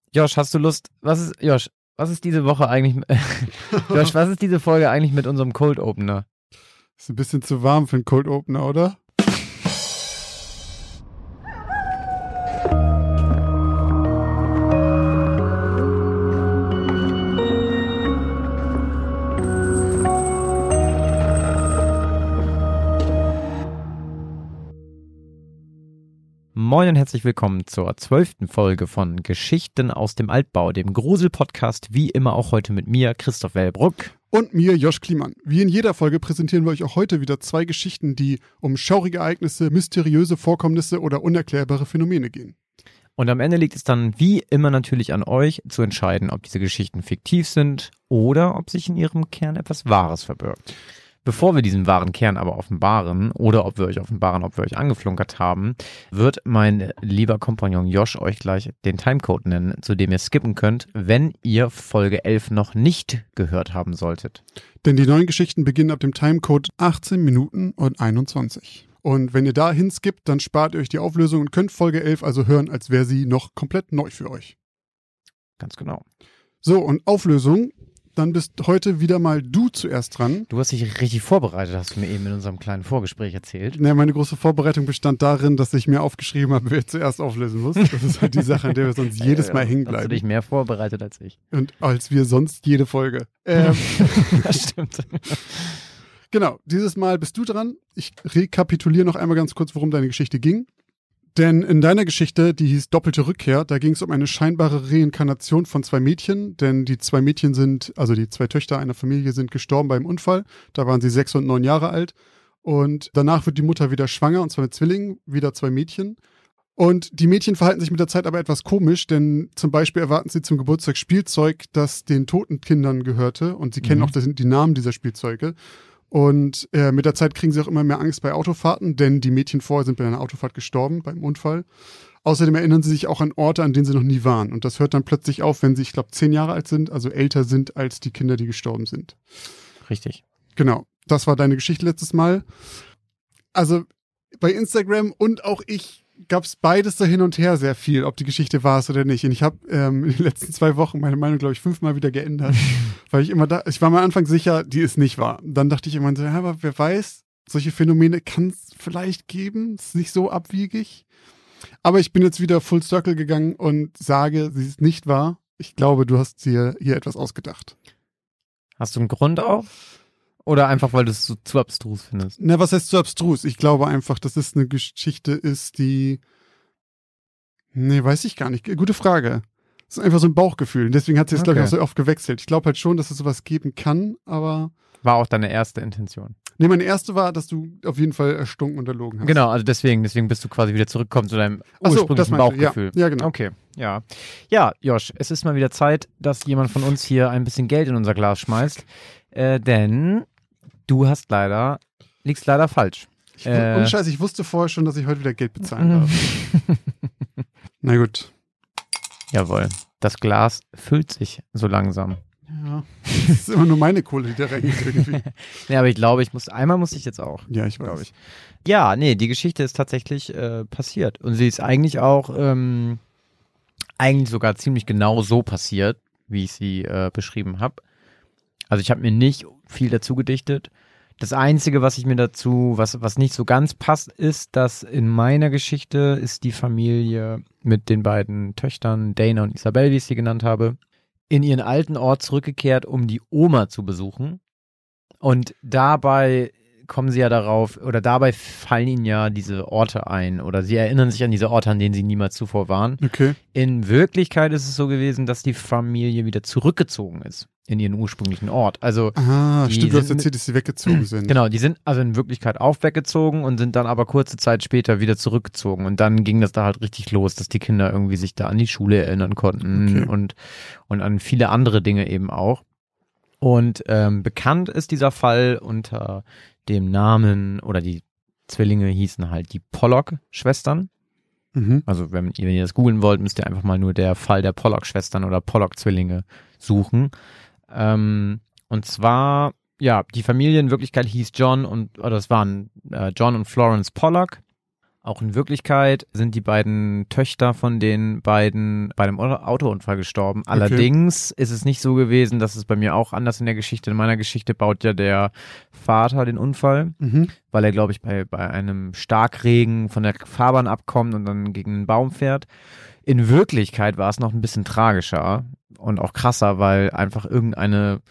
Josh, hast du Lust? Josh, was ist diese Woche eigentlich? Josh, was ist diese Folge eigentlich mit unserem Cold Opener? Ist ein bisschen zu warm für einen Cold Opener, oder? Moin und herzlich willkommen zur 12. Folge von Geschichten aus dem Altbau, dem Grusel-Podcast, wie immer auch heute mit mir, Christoph Wellbruck. Und mir, Josh Kliemann. Wie in jeder Folge präsentieren wir euch auch heute wieder 2 Geschichten, die um schaurige Ereignisse, mysteriöse Vorkommnisse oder unerklärbare Phänomene gehen. Und am Ende liegt es dann wie immer natürlich an euch, zu entscheiden, ob diese Geschichten fiktiv sind oder ob sich in ihrem Kern etwas Wahres verbirgt. Bevor wir diesen wahren Kern aber offenbaren oder ob wir euch offenbaren, ob wir euch angeflunkert haben, wird mein lieber Kompagnon Josh euch gleich den Timecode nennen, zu dem ihr skippen könnt, wenn ihr Folge 11 noch nicht gehört haben solltet. Denn die neuen Geschichten beginnen ab dem Timecode 18 Minuten und 21. Und wenn ihr da hinskippt, dann spart ihr euch die Auflösung und könnt Folge 11 also hören, als wäre sie noch komplett neu für euch. Ganz genau. So, und Auflösung. Dann bist heute wieder mal du zuerst dran. Du hast dich richtig vorbereitet, hast du mir eben in unserem kleinen Vorgespräch erzählt. Ne, meine große Vorbereitung bestand darin, dass ich mir aufgeschrieben habe, wer zuerst auflösen muss. Das ist halt die Sache, an der wir sonst jedes Mal hängen bleiben. Hast du dich mehr vorbereitet als ich. Und als wir sonst jede Folge. Das stimmt. Genau, dieses Mal bist du dran. Ich rekapituliere noch einmal ganz kurz, worum deine Geschichte ging. Denn in deiner Geschichte, die hieß Doppelte Rückkehr, da ging es um eine scheinbare Reinkarnation von 2 Mädchen, denn die 2 Mädchen sind, also die 2 Töchter einer Familie sind gestorben beim Unfall, da waren sie 6 und 9 Jahre alt und danach wird die Mutter wieder schwanger und zwar mit Zwillingen, wieder 2 Mädchen und die Mädchen verhalten sich mit der Zeit aber etwas komisch, denn zum Beispiel erwarten sie zum Geburtstag Spielzeug, das den toten Kindern gehörte und sie kennen auch die Namen dieser Spielzeuge. Und mit der Zeit kriegen sie auch immer mehr Angst bei Autofahrten, denn die Mädchen vorher sind bei einer Autofahrt gestorben, beim Unfall. Außerdem erinnern sie sich auch an Orte, an denen sie noch nie waren. Und das hört dann plötzlich auf, wenn sie, ich glaube, 10 Jahre alt sind, also älter sind als die Kinder, die gestorben sind. Richtig. Genau, das war deine Geschichte letztes Mal. Also bei Instagram und auch ich gab es beides da hin und her sehr viel, ob die Geschichte war es oder nicht. Und ich habe in den letzten 2 Wochen meine Meinung, glaube ich, 5-mal wieder geändert. Weil ich war mir am Anfang sicher, die ist nicht wahr. Dann dachte ich immer so, ja, aber wer weiß, solche Phänomene kann es vielleicht geben. Ist nicht so abwegig. Aber ich bin jetzt wieder full circle gegangen und sage, sie ist nicht wahr. Ich glaube, du hast dir hier etwas ausgedacht. Hast du einen Grund auch? Oder einfach, weil du es so zu abstrus findest? Na, was heißt zu abstrus? Ich glaube einfach, dass es eine Geschichte ist, die... Nee, weiß ich gar nicht. Gute Frage. Das ist einfach so ein Bauchgefühl. Deswegen hat sie es, glaube ich, auch so oft gewechselt. Ich glaube halt schon, dass es sowas geben kann, aber... War auch deine erste Intention? Nee, meine erste war, dass du auf jeden Fall erstunken und erlogen hast. Genau, also deswegen bist du quasi wieder zurückgekommen zu deinem ursprünglichen Bauchgefühl. Ja, genau. Okay, ja. Ja, Josh, es ist mal wieder Zeit, dass jemand von uns hier ein bisschen Geld in unser Glas schmeißt. Denn du liegst leider falsch. Ohne Scheiß, ich wusste vorher schon, dass ich heute wieder Geld bezahlen darf. Na gut. Jawohl. Das Glas füllt sich so langsam. Ja, das ist immer nur meine Kohle, die da reingeht irgendwie. Nee, aber ich glaube, einmal muss ich jetzt auch. Ja, ich weiß. Glaube ich. Ja, nee, die Geschichte ist tatsächlich passiert. Und sie ist eigentlich auch, eigentlich sogar ziemlich genau so passiert, wie ich sie beschrieben habe. Also ich habe mir nicht viel dazu gedichtet. Das Einzige, was ich mir dazu, was nicht so ganz passt, ist, dass in meiner Geschichte ist die Familie mit den beiden Töchtern, Dana und Isabel, wie ich sie genannt habe, in ihren alten Ort zurückgekehrt, um die Oma zu besuchen. Und dabei kommen sie ja darauf, oder dabei fallen ihnen ja diese Orte ein, oder sie erinnern sich an diese Orte, an denen sie niemals zuvor waren. Okay. In Wirklichkeit ist es so gewesen, dass die Familie wieder zurückgezogen ist in ihren ursprünglichen Ort. Also stimmt, du hast erzählt, dass sie weggezogen sind. Genau, die sind also in Wirklichkeit auch weggezogen und sind dann aber kurze Zeit später wieder zurückgezogen. Und dann ging das da halt richtig los, dass die Kinder irgendwie sich da an die Schule erinnern konnten und an viele andere Dinge eben auch. Und bekannt ist dieser Fall unter dem Namen, oder die Zwillinge hießen halt die Pollock-Schwestern. Mhm. Also wenn ihr das googeln wollt, müsst ihr einfach mal nur der Fall der Pollock-Schwestern oder Pollock-Zwillinge suchen. Und zwar, ja, die Familie in Wirklichkeit hieß John und Florence Pollock. Auch in Wirklichkeit sind die beiden Töchter von den beiden bei einem Autounfall gestorben. Okay. Allerdings ist es nicht so gewesen, dass es bei mir auch anders in der Geschichte. In meiner Geschichte baut ja der Vater den Unfall, weil er, glaube ich, bei einem Starkregen von der Fahrbahn abkommt und dann gegen einen Baum fährt. In Wirklichkeit war es noch ein bisschen tragischer und auch krasser, weil einfach irgendeine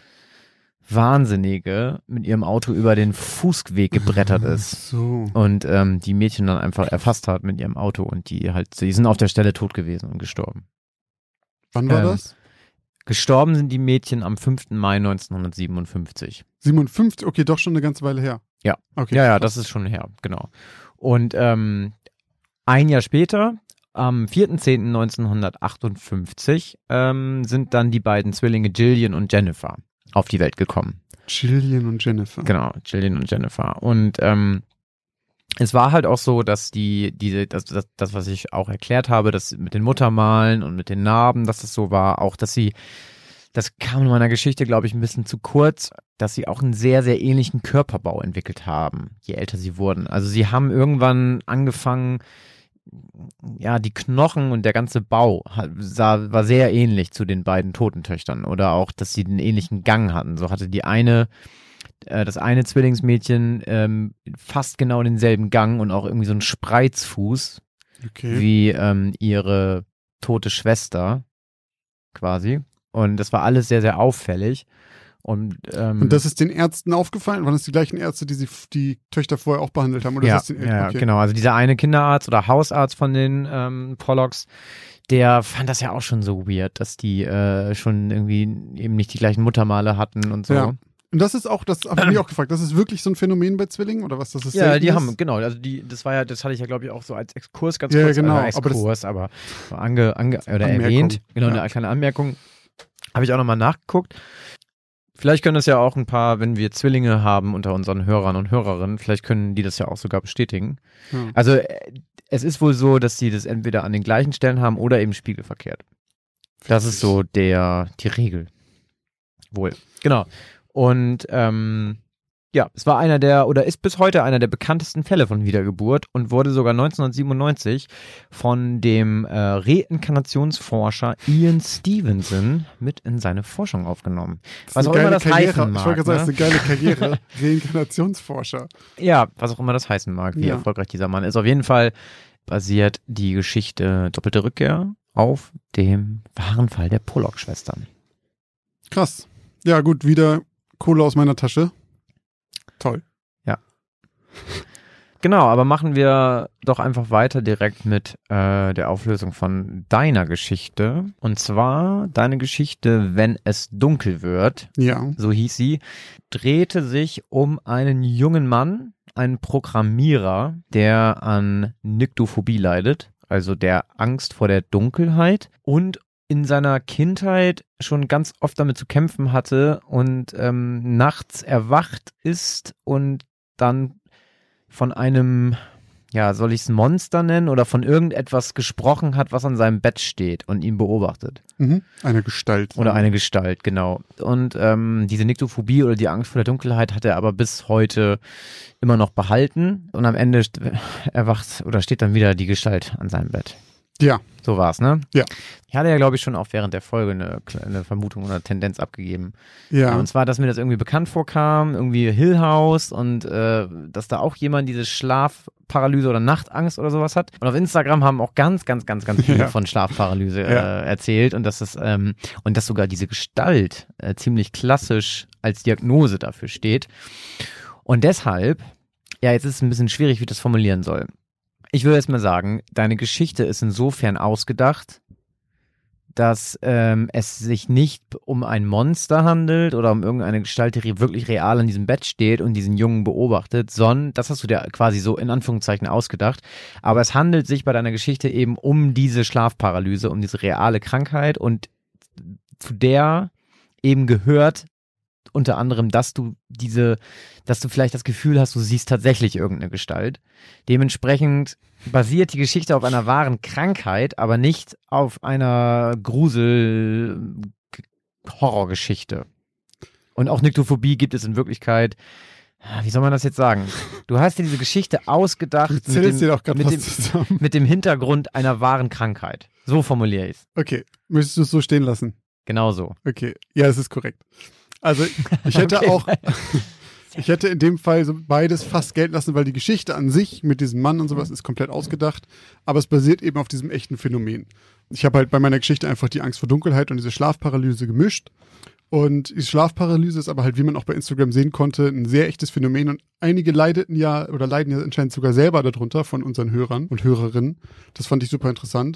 Wahnsinnige mit ihrem Auto über den Fußweg gebrettert ist. So. Und die Mädchen dann einfach erfasst hat mit ihrem Auto und die sind auf der Stelle tot gewesen und gestorben. Wann war das? Gestorben sind die Mädchen am 5. Mai 1957. 57? Okay, doch schon eine ganze Weile her. Ja. Okay. Ja, das ist schon her, genau. Und ein Jahr später, am 4.10.1958, sind dann die beiden Zwillinge Jillian und Jennifer auf die Welt gekommen. Jillian und Jennifer. Genau, Jillian und Jennifer. Und es war halt auch so, dass das, was ich auch erklärt habe, das mit den Muttermalen und mit den Narben, dass es so war, auch, dass das kam in meiner Geschichte, glaube ich, ein bisschen zu kurz, dass sie auch einen sehr, sehr ähnlichen Körperbau entwickelt haben, je älter sie wurden. Also sie haben irgendwann angefangen, ja, die Knochen und der ganze Bau war sehr ähnlich zu den beiden toten Töchtern oder auch, dass sie einen ähnlichen Gang hatten. So hatte das eine Zwillingsmädchen fast genau denselben Gang und auch irgendwie so einen Spreizfuß wie ihre tote Schwester quasi. Und das war alles sehr, sehr auffällig. Und das ist den Ärzten aufgefallen? Waren das die gleichen Ärzte, die Töchter vorher auch behandelt haben? Oder ja, ist das okay. Genau. Also dieser eine Kinderarzt oder Hausarzt von den Pollocks, der fand das ja auch schon so weird, dass die schon irgendwie eben nicht die gleichen Muttermale hatten und so. Ja. Und das ist auch, das habe ich mich auch gefragt, das ist wirklich so ein Phänomen bei Zwillingen oder was? Das ist ja, die ist? haben, genau, also das hatte ich ja, glaube ich, auch so als Exkurs ganz ja, kurz, genau, Exkurs, aber so erwähnt, genau, ja. Eine kleine Anmerkung, habe ich auch nochmal nachgeguckt. Vielleicht können das ja auch ein paar, wenn wir Zwillinge haben unter unseren Hörern und Hörerinnen, vielleicht können die das ja auch sogar bestätigen. Ja. Also es ist wohl so, dass die das entweder an den gleichen Stellen haben oder eben spiegelverkehrt. Das ist so die Regel. Wohl. Genau. Und es war ist bis heute einer der bekanntesten Fälle von Wiedergeburt und wurde sogar 1997 von dem Reinkarnationsforscher Ian Stevenson mit in seine Forschung aufgenommen. Was auch immer das heißen mag. Ich wollte sagen, das ist eine geile Karriere. Reinkarnationsforscher. Ja, was auch immer das heißen mag, wie erfolgreich dieser Mann ist. Auf jeden Fall basiert die Geschichte Doppelte Rückkehr auf dem wahren Fall der Pollock-Schwestern. Krass. Ja, gut, wieder Kohle aus meiner Tasche. Toll. Ja. Genau, aber machen wir doch einfach weiter direkt mit der Auflösung von deiner Geschichte. Und zwar deine Geschichte, wenn es dunkel wird, so hieß sie, drehte sich um einen jungen Mann, einen Programmierer, der an Nyctophobie leidet, also der Angst vor der Dunkelheit und in seiner Kindheit schon ganz oft damit zu kämpfen hatte und nachts erwacht ist und dann von einem, ja, soll ich es Monster nennen oder von irgendetwas gesprochen hat, was an seinem Bett steht und ihn beobachtet. Eine Gestalt. Oder eine Gestalt, genau. Und diese Nyctophobie oder die Angst vor der Dunkelheit hat er aber bis heute immer noch behalten und am Ende erwacht oder steht dann wieder die Gestalt an seinem Bett. Ja. So war's, ne? Ja. Ich hatte ja, glaube ich, schon auch während der Folge eine Vermutung oder Tendenz abgegeben. Ja. Und zwar, dass mir das irgendwie bekannt vorkam, irgendwie Hill House und dass da auch jemand diese Schlafparalyse oder Nachtangst oder sowas hat. Und auf Instagram haben auch ganz viele von Schlafparalyse erzählt und dass dass sogar diese Gestalt ziemlich klassisch als Diagnose dafür steht. Und deshalb, ja, jetzt ist es ein bisschen schwierig, wie ich das formulieren soll. Ich würde jetzt mal sagen, deine Geschichte ist insofern ausgedacht, dass es sich nicht um ein Monster handelt oder um irgendeine Gestalt, die wirklich real an diesem Bett steht und diesen Jungen beobachtet, sondern, das hast du dir quasi so in Anführungszeichen ausgedacht, aber es handelt sich bei deiner Geschichte eben um diese Schlafparalyse, um diese reale Krankheit und zu der eben gehört unter anderem, dass du vielleicht das Gefühl hast, du siehst tatsächlich irgendeine Gestalt. Dementsprechend basiert die Geschichte auf einer wahren Krankheit, aber nicht auf einer Grusel-Horrorgeschichte. Und auch Nyctophobie gibt es in Wirklichkeit Wie soll man das jetzt sagen? Du hast dir diese Geschichte ausgedacht mit dem Hintergrund einer wahren Krankheit. So formuliere ich es. Okay, möchtest du es so stehen lassen? Genau so. Okay, ja, das ist korrekt. Also ich hätte ich hätte in dem Fall so beides fast gelten lassen, weil die Geschichte an sich mit diesem Mann und sowas ist komplett ausgedacht, aber es basiert eben auf diesem echten Phänomen. Ich habe halt bei meiner Geschichte einfach die Angst vor Dunkelheit und diese Schlafparalyse gemischt. Und die Schlafparalyse ist aber halt, wie man auch bei Instagram sehen konnte, ein sehr echtes Phänomen. Und einige leiden ja anscheinend sogar selber darunter von unseren Hörern und Hörerinnen. Das fand ich super interessant.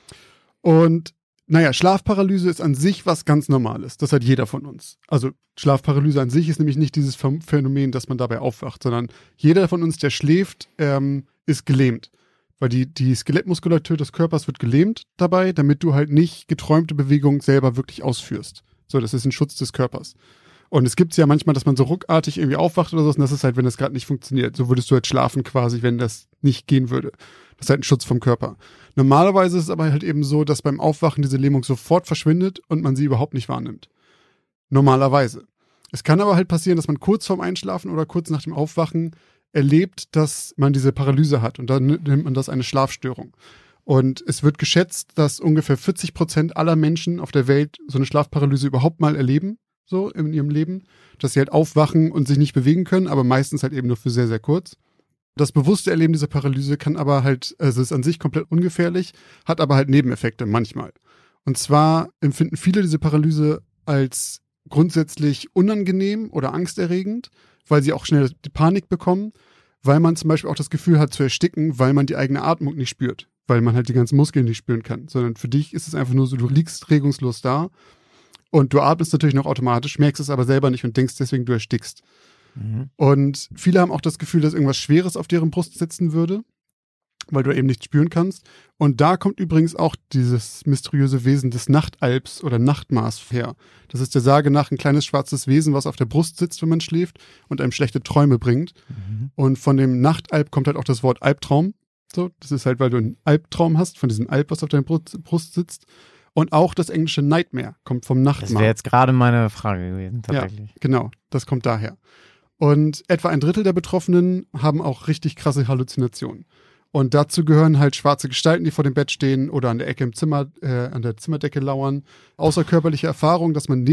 Und naja, Schlafparalyse ist an sich was ganz Normales. Das hat jeder von uns. Also Schlafparalyse an sich ist nämlich nicht dieses Phänomen, dass man dabei aufwacht, sondern jeder von uns, der schläft, ist gelähmt. Weil die Skelettmuskulatur des Körpers wird gelähmt dabei, damit du halt nicht geträumte Bewegungen selber wirklich ausführst. So, das ist ein Schutz des Körpers. Und es gibt ja manchmal, dass man so ruckartig irgendwie aufwacht oder so, und das ist halt, wenn das gerade nicht funktioniert. So würdest du halt schlafen quasi, wenn das nicht gehen würde. Das ist halt ein Schutz vom Körper. Normalerweise ist es aber halt eben so, dass beim Aufwachen diese Lähmung sofort verschwindet und man sie überhaupt nicht wahrnimmt. Normalerweise. Es kann aber halt passieren, dass man kurz vorm Einschlafen oder kurz nach dem Aufwachen erlebt, dass man diese Paralyse hat. Und dann nennt man das eine Schlafstörung. Und es wird geschätzt, dass ungefähr 40% aller Menschen auf der Welt so eine Schlafparalyse überhaupt mal erleben, so in ihrem Leben, dass sie halt aufwachen und sich nicht bewegen können, aber meistens halt eben nur für sehr, sehr kurz. Das bewusste Erleben dieser Paralyse kann aber halt, also ist an sich komplett ungefährlich, hat aber halt Nebeneffekte manchmal. Und zwar empfinden viele diese Paralyse als grundsätzlich unangenehm oder angsterregend, weil sie auch schnell die Panik bekommen, weil man zum Beispiel auch das Gefühl hat zu ersticken, weil man die eigene Atmung nicht spürt, weil man halt die ganzen Muskeln nicht spüren kann, sondern für dich ist es einfach nur so, du liegst regungslos da und du atmest natürlich noch automatisch, merkst es aber selber nicht und denkst deswegen, du erstickst. Mhm. Und viele haben auch das Gefühl, dass irgendwas Schweres auf deren Brust sitzen würde, weil du eben nichts spüren kannst. Und da kommt übrigens auch dieses mysteriöse Wesen des Nachtalbs oder Nachtmaß her. Das ist der Sage nach ein kleines schwarzes Wesen, was auf der Brust sitzt, wenn man schläft und einem schlechte Träume bringt. Mhm. Und von dem Nachtalb kommt halt auch das Wort Albtraum. So, das ist halt, weil du einen Albtraum hast, von diesem Alb, was auf deiner Brust sitzt. Und auch das englische Nightmare kommt vom Nachtmahr. Das wäre jetzt gerade meine Frage gewesen, tatsächlich. Ja, genau, das kommt daher. Und etwa 1/3 der Betroffenen haben auch richtig krasse Halluzinationen. Und dazu gehören halt schwarze Gestalten, die vor dem Bett stehen oder an der Ecke im Zimmer, an der Zimmerdecke lauern. Außerkörperliche Erfahrung, dass man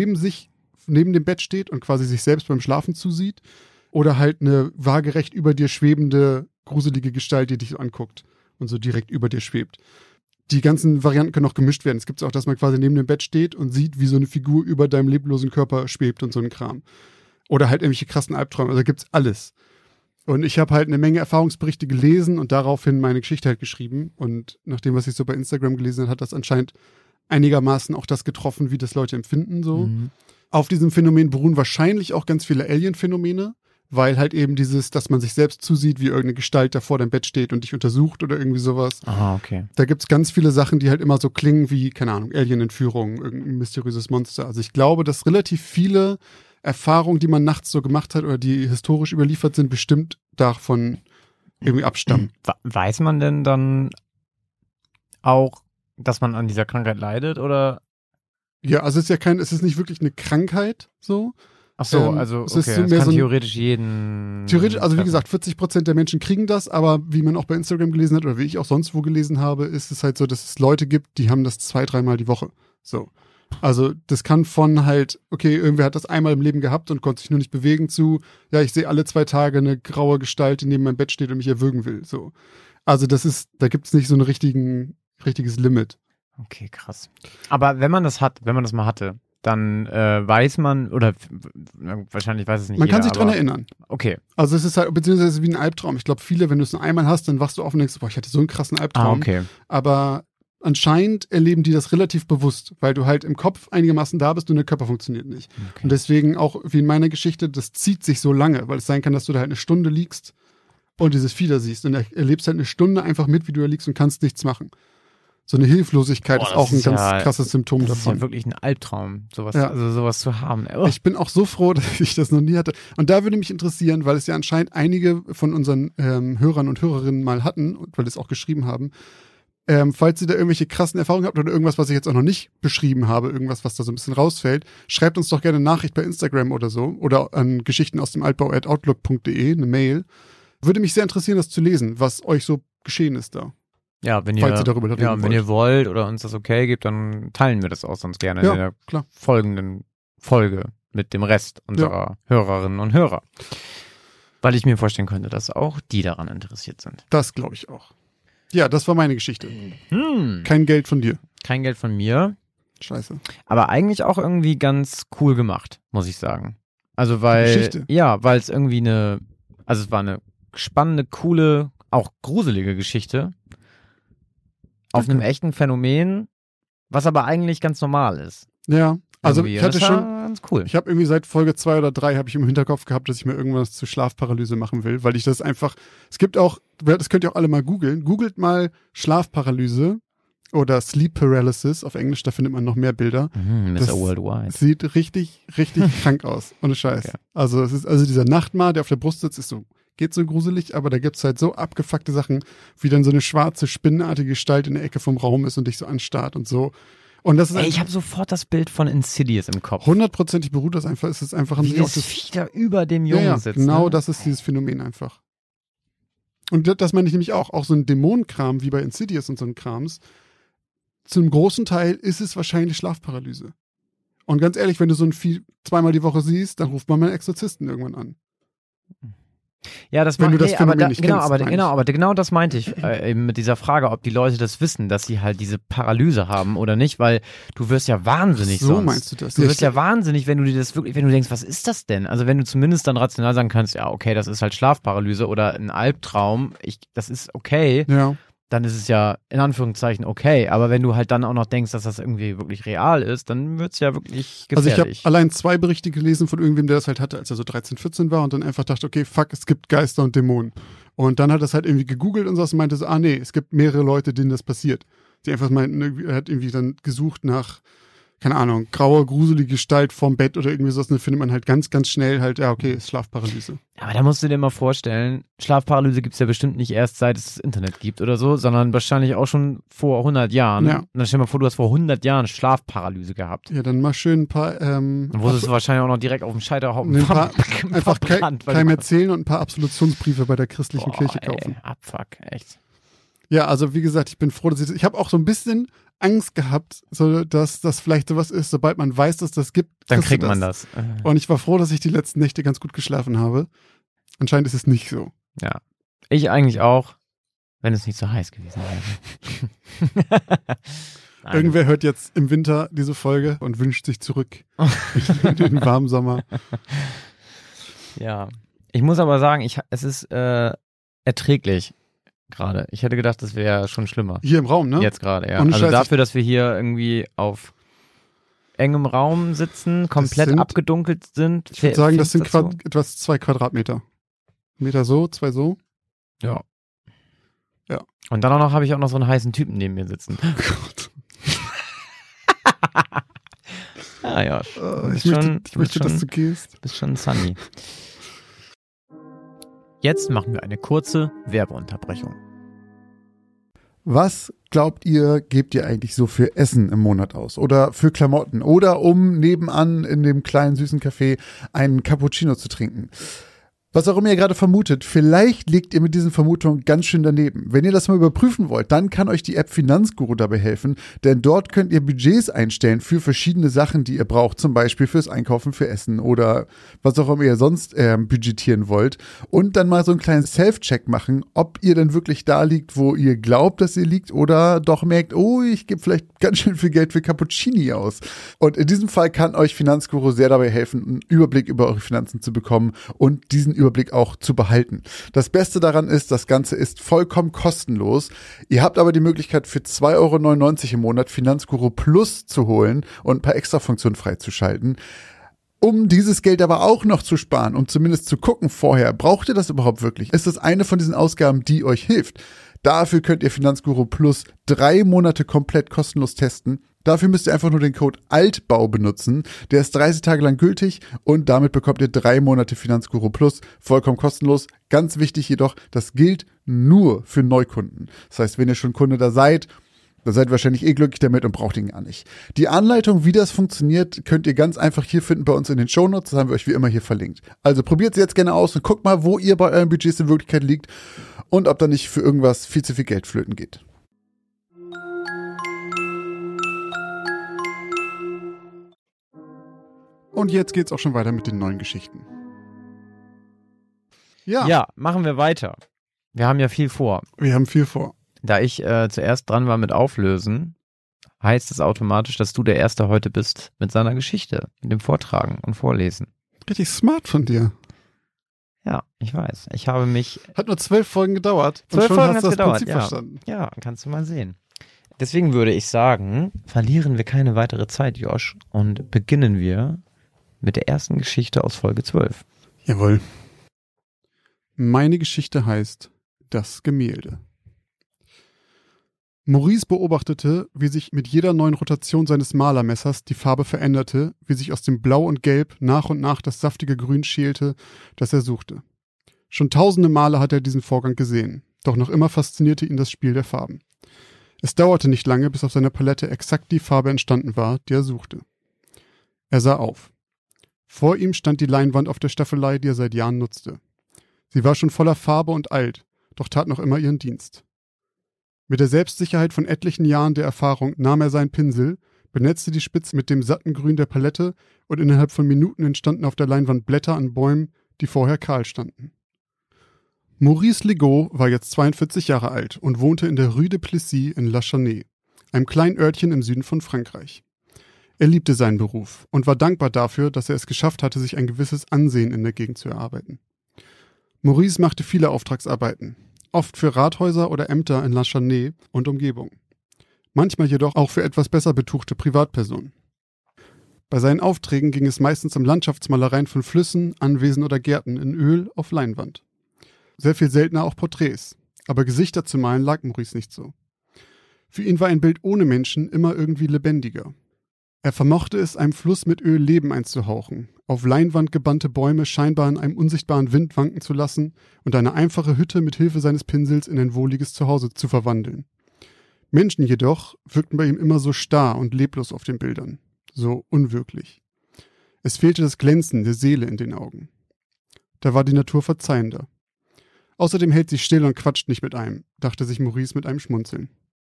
neben dem Bett steht und quasi sich selbst beim Schlafen zusieht. Oder halt eine waagerecht über dir schwebende, gruselige Gestalt, die dich so anguckt und so direkt über dir schwebt. Die ganzen Varianten können auch gemischt werden. Es gibt auch, dass man quasi neben dem Bett steht und sieht, wie so eine Figur über deinem leblosen Körper schwebt und so ein Kram. Oder halt irgendwelche krassen Albträume. Also da gibt's alles. Und ich habe halt eine Menge Erfahrungsberichte gelesen und daraufhin meine Geschichte halt geschrieben. Und nach dem, was ich so bei Instagram gelesen habe, hat das anscheinend einigermaßen auch das getroffen, wie das Leute empfinden. So. Mhm. Auf diesem Phänomen beruhen wahrscheinlich auch ganz viele Alien-Phänomene, weil halt eben dass man sich selbst zusieht, wie irgendeine Gestalt da vor deinem Bett steht und dich untersucht oder irgendwie sowas. Aha, okay. Da gibt's ganz viele Sachen, die halt immer so klingen wie, keine Ahnung, Alien-Entführung, irgendein mysteriöses Monster. Also ich glaube, dass relativ viele Erfahrungen, die man nachts so gemacht hat oder die historisch überliefert sind, bestimmt davon irgendwie abstammen. Weiß man denn dann auch, dass man an dieser Krankheit leidet, oder? Ja, also es ist nicht wirklich eine Krankheit, so. Ach so, also es okay, das kann theoretisch jeden... Theoretisch, also wie gesagt, 40% der Menschen kriegen das, aber wie man auch bei Instagram gelesen hat oder wie ich auch sonst wo gelesen habe, ist es halt so, dass es Leute gibt, die haben das 2-3 Mal die Woche. So. Also das kann von halt, okay, irgendwer hat das einmal im Leben gehabt und konnte sich nur nicht bewegen zu, ja, ich sehe alle 2 Tage eine graue Gestalt, die neben meinem Bett steht und mich erwürgen will. So. Also da gibt es nicht so ein richtiges Limit. Okay, krass. Aber wenn man das mal hatte, dann weiß man, oder wahrscheinlich weiß es nicht man jeder, kann sich dran erinnern. Okay. Also es ist halt, beziehungsweise wie ein Albtraum. Ich glaube, viele, wenn du es nur einmal hast, dann wachst du auf und denkst, boah, ich hatte so einen krassen Albtraum. Okay. Aber anscheinend erleben die das relativ bewusst, weil du halt im Kopf einigermaßen da bist und der Körper funktioniert nicht. Okay. Und deswegen auch, wie in meiner Geschichte, das zieht sich so lange, weil es sein kann, dass du da halt eine Stunde liegst und dieses Vieh da siehst und erlebst halt eine Stunde einfach mit, wie du da liegst und kannst nichts machen. So eine Hilflosigkeit ist auch ein ganz krasses Symptom davon. Das ist ja wirklich ein Albtraum, sowas zu haben. Oh. Ich bin auch so froh, dass ich das noch nie hatte. Und da würde mich interessieren, weil es ja anscheinend einige von unseren Hörern und Hörerinnen mal hatten und weil es auch geschrieben haben, Falls ihr da irgendwelche krassen Erfahrungen habt oder irgendwas, was ich jetzt auch noch nicht beschrieben habe, irgendwas, was da so ein bisschen rausfällt, schreibt uns doch gerne eine Nachricht bei Instagram oder so oder an geschichten@outlook.de, eine Mail. Würde mich sehr interessieren, das zu lesen, was euch so geschehen ist da. Ja, wenn Falls ihr darüber reden wollt. wenn ihr wollt oder uns das okay gibt, dann teilen wir das auch sonst gerne Ja, in der klar. folgenden Folge mit dem Rest unserer Hörerinnen und Hörer. Weil ich mir vorstellen könnte, dass auch die daran interessiert sind. Das glaube ich auch. Ja, das war meine Geschichte. Kein Geld von dir. Kein Geld von mir, Scheiße. aber eigentlich auch irgendwie ganz cool gemacht, muss ich sagen. Also weil Geschichte? weil es irgendwie es war eine spannende, coole, auch gruselige Geschichte auf einem echten Phänomen, was aber eigentlich ganz normal ist. Ja, also Irgendwie. ich hatte Das war schon, ganz cool. ich habe irgendwie seit Folge 2 oder 3 habe ich im Hinterkopf gehabt, dass ich mir irgendwas zu Schlafparalyse machen will, weil ich das einfach, es gibt auch, das könnt ihr auch alle mal googeln, googelt mal Schlafparalyse oder Sleep Paralysis auf Englisch, da findet man noch mehr Bilder. Mr. Das Worldwide. sieht richtig, richtig krank aus, ohne Scheiß. Okay. Also es ist, also dieser Nachtmar, der auf der Brust sitzt, ist so, geht so gruselig, aber da gibt's halt so abgefuckte Sachen, wie dann so eine schwarze, spinnenartige Gestalt in der Ecke vom Raum ist und dich so anstarrt und so. Und das ist Ey, ich habe sofort das Bild von Insidious im Kopf. 100%ig beruht das einfach, es ist einfach Wie das Viech da über dem Jungen sitzt. genau ne? das ist dieses Phänomen einfach. Und das meine ich nämlich auch so ein Dämonenkram wie bei Insidious und so ein Krams. Zum großen Teil ist es wahrscheinlich Schlafparalyse. Und ganz ehrlich, wenn du so ein Vieh zweimal die Woche siehst, dann ruft man mal einen Exorzisten irgendwann an. Ja, das Wenn du das aber Phänomen da, nicht genau, kennst, aber meine genau, ich. aber genau das meinte ich eben mit dieser Frage, ob die Leute das wissen, dass sie halt diese Paralyse haben oder nicht, weil du wirst ja wahnsinnig So sonst. meinst du das? Du Ja, wirst ja wahnsinnig, wenn du dir das wirklich, wenn du denkst, was ist das denn? Also wenn du zumindest dann rational sagen kannst, ja, okay, das ist halt Schlafparalyse oder ein Albtraum, das ist okay, Ja. dann ist es ja in Anführungszeichen okay. Aber wenn du halt dann auch noch denkst, dass das irgendwie wirklich real ist, dann wird's ja wirklich Also ich habe gefährlich. allein 2 Berichte gelesen von irgendwem, der das halt hatte, als er so 13, 14 war und dann einfach dachte, okay, fuck, es gibt Geister und Dämonen. Und dann hat er es halt irgendwie gegoogelt und so und meinte so, nee, es gibt mehrere Leute, denen das passiert. Die einfach meinten, er hat irgendwie dann gesucht nach, keine Ahnung, grauer, gruselige Gestalt vorm Bett oder irgendwie sowas. Und dann findet man halt ganz, ganz schnell halt, ja, okay, ist Schlafparalyse. Aber da musst du dir mal vorstellen, Schlafparalyse gibt's ja bestimmt nicht erst seit es das Internet gibt oder so, sondern wahrscheinlich auch schon vor 100 Jahren. Ja. Und dann stell dir mal vor, du hast vor 100 Jahren Schlafparalyse gehabt. Ja, dann mal schön ein paar, Dann wurdest du wahrscheinlich auch noch direkt auf dem Scheiterhaufen einfach verbrannt, weil keinem du- erzählen und ein paar Absolutionsbriefe bei der christlichen Kirche kaufen. Ey, Abfuck, echt. Ja, also wie gesagt, ich bin froh, dass ich habe auch so ein bisschen Angst gehabt, so dass das vielleicht sowas ist, sobald man weiß, dass das gibt, Dann kriegst du kriegt man das. Und ich war froh, dass ich die letzten Nächte ganz gut geschlafen habe. Anscheinend ist es nicht so. Ja. Ich eigentlich auch, wenn es nicht so heiß gewesen wäre. Nein. Irgendwer hört jetzt im Winter diese Folge und wünscht sich zurück in den warmen Sommer. Ja. Ich muss aber sagen, es ist erträglich gerade. Ich hätte gedacht, das wäre schon schlimmer. Hier im Raum, ne? Jetzt gerade, ja. Ohne Also Scheiß, dafür, dass wir hier irgendwie auf engem Raum sitzen, komplett sind- abgedunkelt sind. Ich würde sagen, das sind finster zu. etwas 2 Quadratmeter. Meter so, 2 so. Ja. Ja. Und dann habe ich auch noch so einen heißen Typen neben mir sitzen. Oh Gott. Ja. Ich möchte, dass du gehst. Bist schon sunny. Jetzt machen wir eine kurze Werbeunterbrechung. Was glaubt ihr, gebt ihr eigentlich so für Essen im Monat aus? Oder für Klamotten? Oder um nebenan in dem kleinen süßen Café einen Cappuccino zu trinken? Was auch immer ihr gerade vermutet, vielleicht liegt ihr mit diesen Vermutungen ganz schön daneben. Wenn ihr das mal überprüfen wollt, dann kann euch die App Finanzguru dabei helfen, denn dort könnt ihr Budgets einstellen für verschiedene Sachen, die ihr braucht, zum Beispiel fürs Einkaufen, für Essen oder was auch immer ihr sonst budgetieren wollt und dann mal so einen kleinen Self-Check machen, ob ihr denn wirklich da liegt, wo ihr glaubt, dass ihr liegt oder doch merkt, oh, ich gebe vielleicht ganz schön viel Geld für Cappuccini aus. Und in diesem Fall kann euch Finanzguru sehr dabei helfen, einen Überblick über eure Finanzen zu bekommen und diesen Überblick auch zu behalten. Das Beste daran ist, das Ganze ist vollkommen kostenlos. Ihr habt aber die Möglichkeit für 2,99 € im Monat Finanzguru Plus zu holen und ein paar Extrafunktionen freizuschalten. Um dieses Geld aber auch noch zu sparen, um zumindest zu gucken vorher, braucht ihr das überhaupt wirklich? Ist das eine von diesen Ausgaben, die euch hilft? Dafür könnt ihr Finanzguru Plus 3 Monate komplett kostenlos testen. Dafür müsst ihr einfach nur den Code ALTBAU benutzen. Der ist 30 Tage lang gültig und damit bekommt ihr 3 Monate Finanzguru Plus vollkommen kostenlos. Ganz wichtig jedoch, das gilt nur für Neukunden. Das heißt, wenn ihr schon Kunde da seid ihr wahrscheinlich glücklich damit und braucht ihn gar nicht. Die Anleitung, wie das funktioniert, könnt ihr ganz einfach hier finden bei uns in den Shownotes. Das haben wir euch wie immer hier verlinkt. Also probiert es jetzt gerne aus und guckt mal, wo ihr bei euren Budgets in Wirklichkeit liegt und ob da nicht für irgendwas viel zu viel Geld flöten geht. Und jetzt geht's auch schon weiter mit den neuen Geschichten. Ja, machen wir weiter. Wir haben ja viel vor. Wir haben viel vor. Da ich zuerst dran war mit Auflösen, heißt es automatisch, dass du der Erste heute bist mit seiner Geschichte, mit dem Vortragen und Vorlesen. Richtig smart von dir. Ja, ich weiß. Ich habe mich... Hat nur 12 Folgen gedauert. 12 schon Folgen hast hat du es das gedauert, Prinzip ja. verstanden. Ja, kannst du mal sehen. Deswegen würde ich sagen, verlieren wir keine weitere Zeit, Josh, und beginnen wir mit der ersten Geschichte aus Folge 12. Jawohl. Meine Geschichte heißt Das Gemälde. Maurice beobachtete, wie sich mit jeder neuen Rotation seines Malermessers die Farbe veränderte, wie sich aus dem Blau und Gelb nach und nach das saftige Grün schälte, das er suchte. Schon tausende Male hatte er diesen Vorgang gesehen, doch noch immer faszinierte ihn das Spiel der Farben. Es dauerte nicht lange, bis auf seiner Palette exakt die Farbe entstanden war, die er suchte. Er sah auf. Vor ihm stand die Leinwand auf der Staffelei, die er seit Jahren nutzte. Sie war schon voller Farbe und alt, doch tat noch immer ihren Dienst. Mit der Selbstsicherheit von etlichen Jahren der Erfahrung nahm er seinen Pinsel, benetzte die Spitze mit dem satten Grün der Palette und innerhalb von Minuten entstanden auf der Leinwand Blätter an Bäumen, die vorher kahl standen. Maurice Legault war jetzt 42 Jahre alt und wohnte in der Rue de Plessis in La Chaussée, einem kleinen Örtchen im Süden von Frankreich. Er liebte seinen Beruf und war dankbar dafür, dass er es geschafft hatte, sich ein gewisses Ansehen in der Gegend zu erarbeiten. Maurice machte viele Auftragsarbeiten, oft für Rathäuser oder Ämter in La Chaussée und Umgebung. Manchmal jedoch auch für etwas besser betuchte Privatpersonen. Bei seinen Aufträgen ging es meistens um Landschaftsmalereien von Flüssen, Anwesen oder Gärten in Öl auf Leinwand. Sehr viel seltener auch Porträts, aber Gesichter zu malen lag Maurice nicht so. Für ihn war ein Bild ohne Menschen immer irgendwie lebendiger. Er vermochte es, einem Fluss mit Öl Leben einzuhauchen, auf Leinwand gebannte Bäume scheinbar in einem unsichtbaren Wind wanken zu lassen und eine einfache Hütte mit Hilfe seines Pinsels in ein wohliges Zuhause zu verwandeln. Menschen jedoch wirkten bei ihm immer so starr und leblos auf den Bildern, so unwirklich. Es fehlte das Glänzen der Seele in den Augen. Da war die Natur verzeihender. Außerdem hält sie still und quatscht nicht mit einem, dachte sich Maurice mit einem Schmunzeln.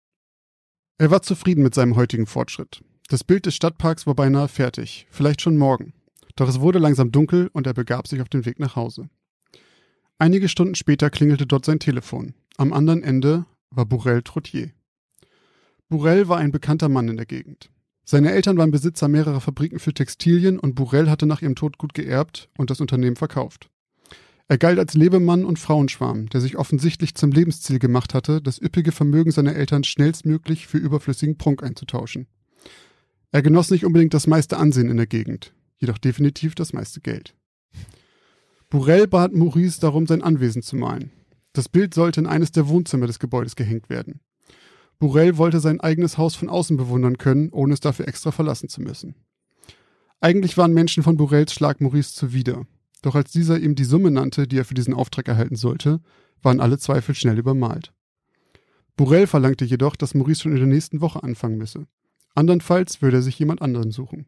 Er war zufrieden mit seinem heutigen Fortschritt. Das Bild des Stadtparks war beinahe fertig, vielleicht schon morgen. Doch es wurde langsam dunkel und er begab sich auf den Weg nach Hause. Einige Stunden später klingelte dort sein Telefon. Am anderen Ende war Burrell Trottier. Burrell war ein bekannter Mann in der Gegend. Seine Eltern waren Besitzer mehrerer Fabriken für Textilien und Burrell hatte nach ihrem Tod gut geerbt und das Unternehmen verkauft. Er galt als Lebemann und Frauenschwarm, der sich offensichtlich zum Lebensziel gemacht hatte, das üppige Vermögen seiner Eltern schnellstmöglich für überflüssigen Prunk einzutauschen. Er genoss nicht unbedingt das meiste Ansehen in der Gegend, jedoch definitiv das meiste Geld. Burrell bat Maurice darum, sein Anwesen zu malen. Das Bild sollte in eines der Wohnzimmer des Gebäudes gehängt werden. Burrell wollte sein eigenes Haus von außen bewundern können, ohne es dafür extra verlassen zu müssen. Eigentlich waren Menschen von Burrells Schlag Maurice zuwider. Doch als dieser ihm die Summe nannte, die er für diesen Auftrag erhalten sollte, waren alle Zweifel schnell übermalt. Burrell verlangte jedoch, dass Maurice schon in der nächsten Woche anfangen müsse. Andernfalls würde er sich jemand anderen suchen.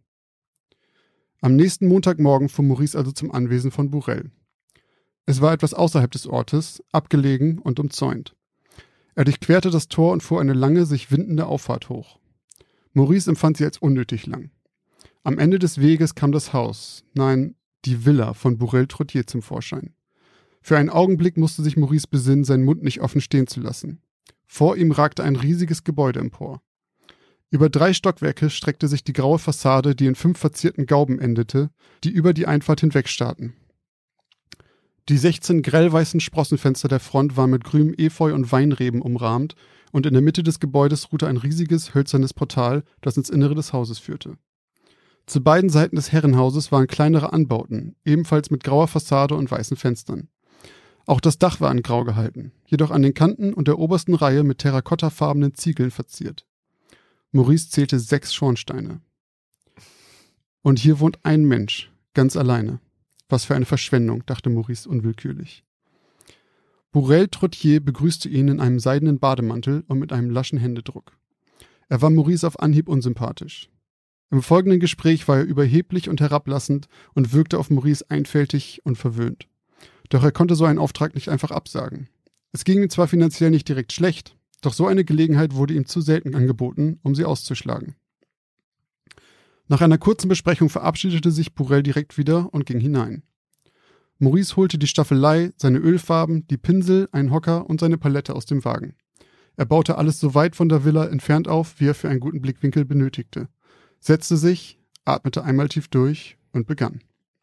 Am nächsten Montagmorgen fuhr Maurice also zum Anwesen von Burrell. Es war etwas außerhalb des Ortes, abgelegen und umzäunt. Er durchquerte das Tor und fuhr eine lange, sich windende Auffahrt hoch. Maurice empfand sie als unnötig lang. Am Ende des Weges kam das Haus, nein, die Villa von Burrell Trottier zum Vorschein. Für einen Augenblick musste sich Maurice besinnen, seinen Mund nicht offen stehen zu lassen. Vor ihm ragte ein riesiges Gebäude empor. Über 3 Stockwerke streckte sich die graue Fassade, die in 5 verzierten Gauben endete, die über die Einfahrt hinwegstarrten. Die 16 grellweißen Sprossenfenster der Front waren mit grünem Efeu und Weinreben umrahmt und in der Mitte des Gebäudes ruhte ein riesiges, hölzernes Portal, das ins Innere des Hauses führte. Zu beiden Seiten des Herrenhauses waren kleinere Anbauten, ebenfalls mit grauer Fassade und weißen Fenstern. Auch das Dach war in Grau gehalten, jedoch an den Kanten und der obersten Reihe mit terrakottafarbenen Ziegeln verziert. Maurice zählte 6 Schornsteine. Und hier wohnt ein Mensch, ganz alleine. Was für eine Verschwendung, dachte Maurice unwillkürlich. Burrell Trottier begrüßte ihn in einem seidenen Bademantel und mit einem laschen Händedruck. Er war Maurice auf Anhieb unsympathisch. Im folgenden Gespräch war er überheblich und herablassend und wirkte auf Maurice einfältig und verwöhnt. Doch er konnte so einen Auftrag nicht einfach absagen. Es ging ihm zwar finanziell nicht direkt schlecht, doch so eine Gelegenheit wurde ihm zu selten angeboten, um sie auszuschlagen. Nach einer kurzen Besprechung verabschiedete sich Burrell direkt wieder und ging hinein. Maurice holte die Staffelei, seine Ölfarben, die Pinsel, einen Hocker und seine Palette aus dem Wagen. Er baute alles so weit von der Villa entfernt auf, wie er für einen guten Blickwinkel benötigte, setzte sich, atmete einmal tief durch und begann.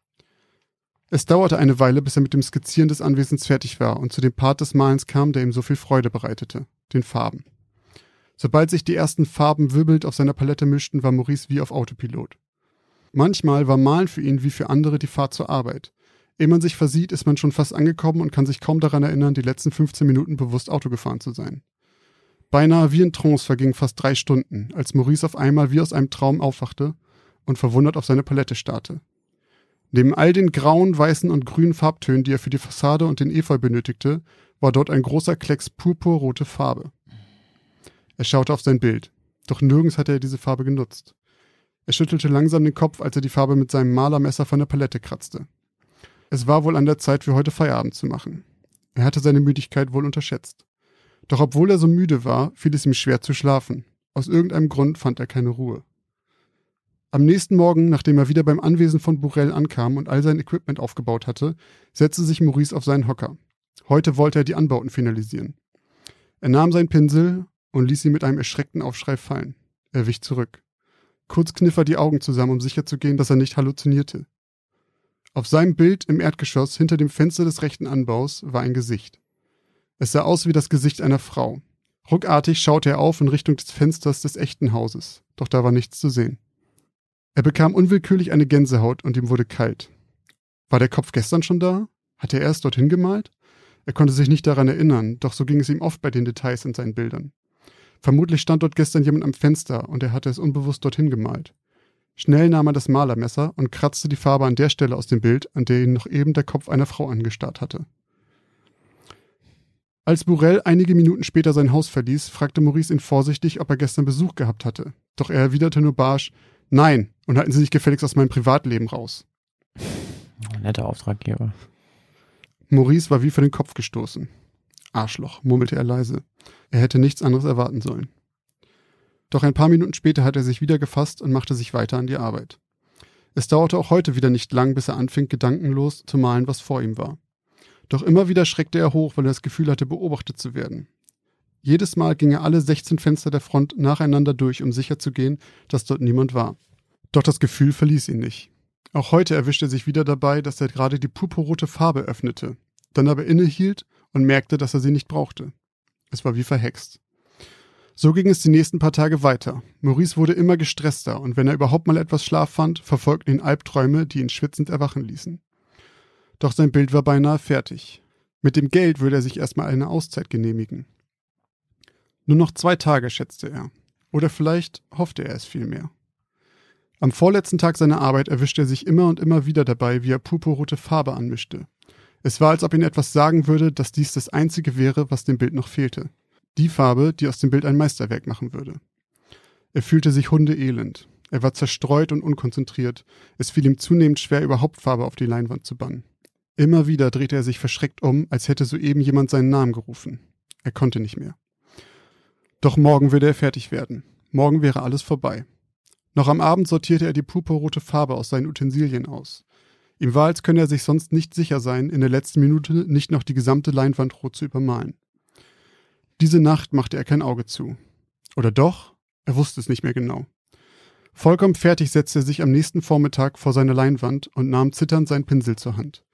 Es dauerte eine Weile, bis er mit dem Skizzieren des Anwesens fertig war und zu dem Part des Malens kam, der ihm so viel Freude bereitete, den Farben. Sobald sich die ersten Farben wirbelnd auf seiner Palette mischten, war Maurice wie auf Autopilot. Manchmal war Malen für ihn wie für andere die Fahrt zur Arbeit. Ehe man sich versieht, ist man schon fast angekommen und kann sich kaum daran erinnern, die letzten 15 Minuten bewusst Auto gefahren zu sein. Beinahe wie in Trance vergingen fast 3 Stunden, als Maurice auf einmal wie aus einem Traum aufwachte und verwundert auf seine Palette starrte. Neben all den grauen, weißen und grünen Farbtönen, die er für die Fassade und den Efeu benötigte, war dort ein großer Klecks purpurrote Farbe. Er schaute auf sein Bild, doch nirgends hatte er diese Farbe genutzt. Er schüttelte langsam den Kopf, als er die Farbe mit seinem Malermesser von der Palette kratzte. Es war wohl an der Zeit, für heute Feierabend zu machen. Er hatte seine Müdigkeit wohl unterschätzt. Doch obwohl er so müde war, fiel es ihm schwer zu schlafen. Aus irgendeinem Grund fand er keine Ruhe. Am nächsten Morgen, nachdem er wieder beim Anwesen von Burrell ankam und all sein Equipment aufgebaut hatte, setzte sich Maurice auf seinen Hocker. Heute wollte er die Anbauten finalisieren. Er nahm seinen Pinsel und ließ ihn mit einem erschreckten Aufschrei fallen. Er wich zurück. Kurz kniff er die Augen zusammen, um sicherzugehen, dass er nicht halluzinierte. Auf seinem Bild im Erdgeschoss hinter dem Fenster des rechten Anbaus war ein Gesicht. Es sah aus wie das Gesicht einer Frau. Ruckartig schaute er auf in Richtung des Fensters des echten Hauses, doch da war nichts zu sehen. Er bekam unwillkürlich eine Gänsehaut und ihm wurde kalt. War der Kopf gestern schon da? Hatte er es dorthin gemalt? Er konnte sich nicht daran erinnern, doch so ging es ihm oft bei den Details in seinen Bildern. Vermutlich stand dort gestern jemand am Fenster und er hatte es unbewusst dorthin gemalt. Schnell nahm er das Malermesser und kratzte die Farbe an der Stelle aus dem Bild, an der ihn noch eben der Kopf einer Frau angestarrt hatte. Als Burrell einige Minuten später sein Haus verließ, fragte Maurice ihn vorsichtig, ob er gestern Besuch gehabt hatte. Doch er erwiderte nur barsch: Nein, und halten Sie sich gefälligst aus meinem Privatleben raus. Netter Auftraggeber. Maurice war wie vor den Kopf gestoßen. Arschloch, murmelte er leise. Er hätte nichts anderes erwarten sollen. Doch ein paar Minuten später hat er sich wieder gefasst und machte sich weiter an die Arbeit. Es dauerte auch heute wieder nicht lang, bis er anfing, gedankenlos zu malen, was vor ihm war. Doch immer wieder schreckte er hoch, weil er das Gefühl hatte, beobachtet zu werden. Jedes Mal ging er alle 16 Fenster der Front nacheinander durch, um sicherzugehen, dass dort niemand war. Doch das Gefühl verließ ihn nicht. Auch heute erwischte er sich wieder dabei, dass er gerade die purpurrote Farbe öffnete, dann aber innehielt und merkte, dass er sie nicht brauchte. Es war wie verhext. So ging es die nächsten paar Tage weiter. Maurice wurde immer gestresster und wenn er überhaupt mal etwas Schlaf fand, verfolgten ihn Albträume, die ihn schwitzend erwachen ließen. Doch sein Bild war beinahe fertig. Mit dem Geld würde er sich erstmal eine Auszeit genehmigen. Nur noch 2 Tage, schätzte er. Oder vielleicht hoffte er es vielmehr. Am vorletzten Tag seiner Arbeit erwischte er sich immer und immer wieder dabei, wie er purpurrote Farbe anmischte. Es war, als ob ihn etwas sagen würde, dass dies das Einzige wäre, was dem Bild noch fehlte. Die Farbe, die aus dem Bild ein Meisterwerk machen würde. Er fühlte sich hundeelend. Er war zerstreut und unkonzentriert. Es fiel ihm zunehmend schwer, überhaupt Farbe auf die Leinwand zu bannen. Immer wieder drehte er sich verschreckt um, als hätte soeben jemand seinen Namen gerufen. Er konnte nicht mehr. Doch morgen würde er fertig werden. Morgen wäre alles vorbei. Noch am Abend sortierte er die purpurrote Farbe aus seinen Utensilien aus. Ihm war, als könne er sich sonst nicht sicher sein, in der letzten Minute nicht noch die gesamte Leinwand rot zu übermalen. Diese Nacht machte er kein Auge zu. Oder doch? Er wusste es nicht mehr genau. Vollkommen fertig setzte er sich am nächsten Vormittag vor seine Leinwand und nahm zitternd seinen Pinsel zur Hand.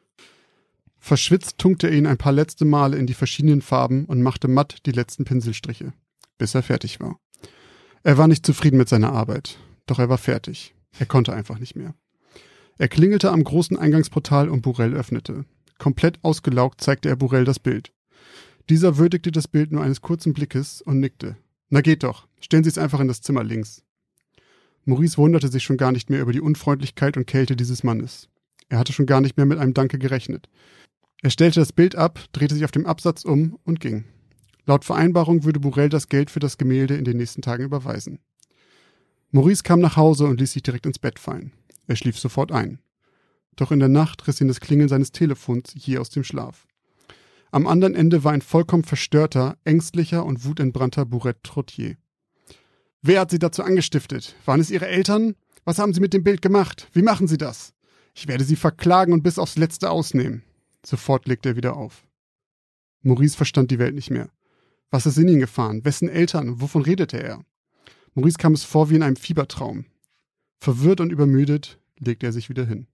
Verschwitzt tunkte er ihn ein paar letzte Male in die verschiedenen Farben und machte matt die letzten Pinselstriche, bis er fertig war. Er war nicht zufrieden mit seiner Arbeit, doch er war fertig. Er konnte einfach nicht mehr. Er klingelte am großen Eingangsportal und Burrell öffnete. Komplett ausgelaugt zeigte er Burrell das Bild. Dieser würdigte das Bild nur eines kurzen Blickes und nickte. »Na geht doch, Stellen Sie es einfach in das Zimmer links. Maurice wunderte sich schon gar nicht mehr über die Unfreundlichkeit und Kälte dieses Mannes. Er hatte schon gar nicht mehr mit einem Danke gerechnet. Er stellte das Bild ab, drehte sich auf dem Absatz um und ging. Laut Vereinbarung würde Burrell das Geld für das Gemälde in den nächsten Tagen überweisen. Maurice kam nach Hause und ließ sich direkt ins Bett fallen. Er schlief sofort ein. Doch in der Nacht riss ihn das Klingeln seines Telefons je aus dem Schlaf. Am anderen Ende war ein vollkommen verstörter, ängstlicher und wutentbrannter Burrell Trottier. Wer hat Sie dazu angestiftet? Waren es Ihre Eltern? Was haben Sie mit dem Bild gemacht? Wie machen Sie das? Ich werde Sie verklagen und bis aufs Letzte ausnehmen. Sofort legte er wieder auf. Maurice verstand die Welt nicht mehr. Was ist in ihn gefahren? Wessen Eltern? Wovon redete er? Maurice kam es vor wie in einem Fiebertraum. Verwirrt und übermüdet legte er sich wieder hin.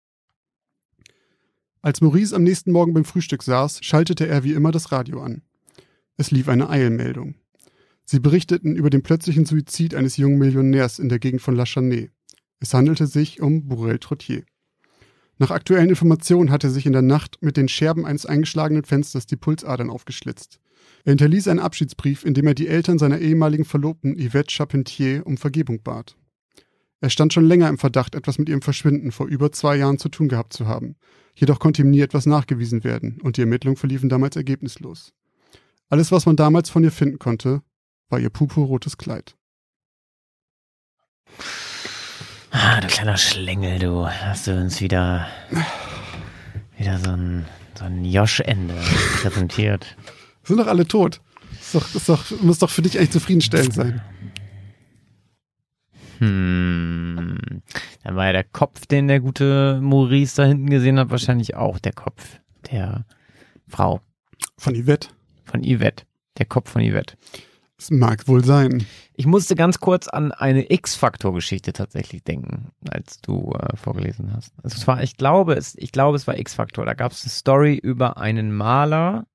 Als Maurice am nächsten Morgen beim Frühstück saß, schaltete er wie immer das Radio an. Es lief eine Eilmeldung. Sie berichteten über den plötzlichen Suizid eines jungen Millionärs in der Gegend von La Chânaie. Es handelte sich um Burrell Trottier. Nach aktuellen Informationen hatte er sich in der Nacht mit den Scherben eines eingeschlagenen Fensters die Pulsadern aufgeschlitzt. Er hinterließ einen Abschiedsbrief, in dem er die Eltern seiner ehemaligen Verlobten Yvette Charpentier um Vergebung bat. Er stand schon länger im Verdacht, etwas mit ihrem Verschwinden vor über 2 Jahren zu tun gehabt zu haben. Jedoch konnte ihm nie etwas nachgewiesen werden und die Ermittlungen verliefen damals ergebnislos. Alles, was man damals von ihr finden konnte, war ihr purpurrotes Kleid. Ah, du kleiner Schlängel, du. Hast du uns wieder so ein Josh-Ende präsentiert. Sind doch alle tot. Muss doch für dich eigentlich zufriedenstellend sein. Dann war ja der Kopf, den der gute Maurice da hinten gesehen hat, wahrscheinlich auch der Kopf der Frau. Von Yvette? Von Yvette. Der Kopf von Yvette. Das mag wohl sein. Ich musste ganz kurz an eine X-Faktor-Geschichte tatsächlich denken, als du vorgelesen hast. Also es war, ich glaube, es war X-Faktor. Da gab es eine Story über einen Maler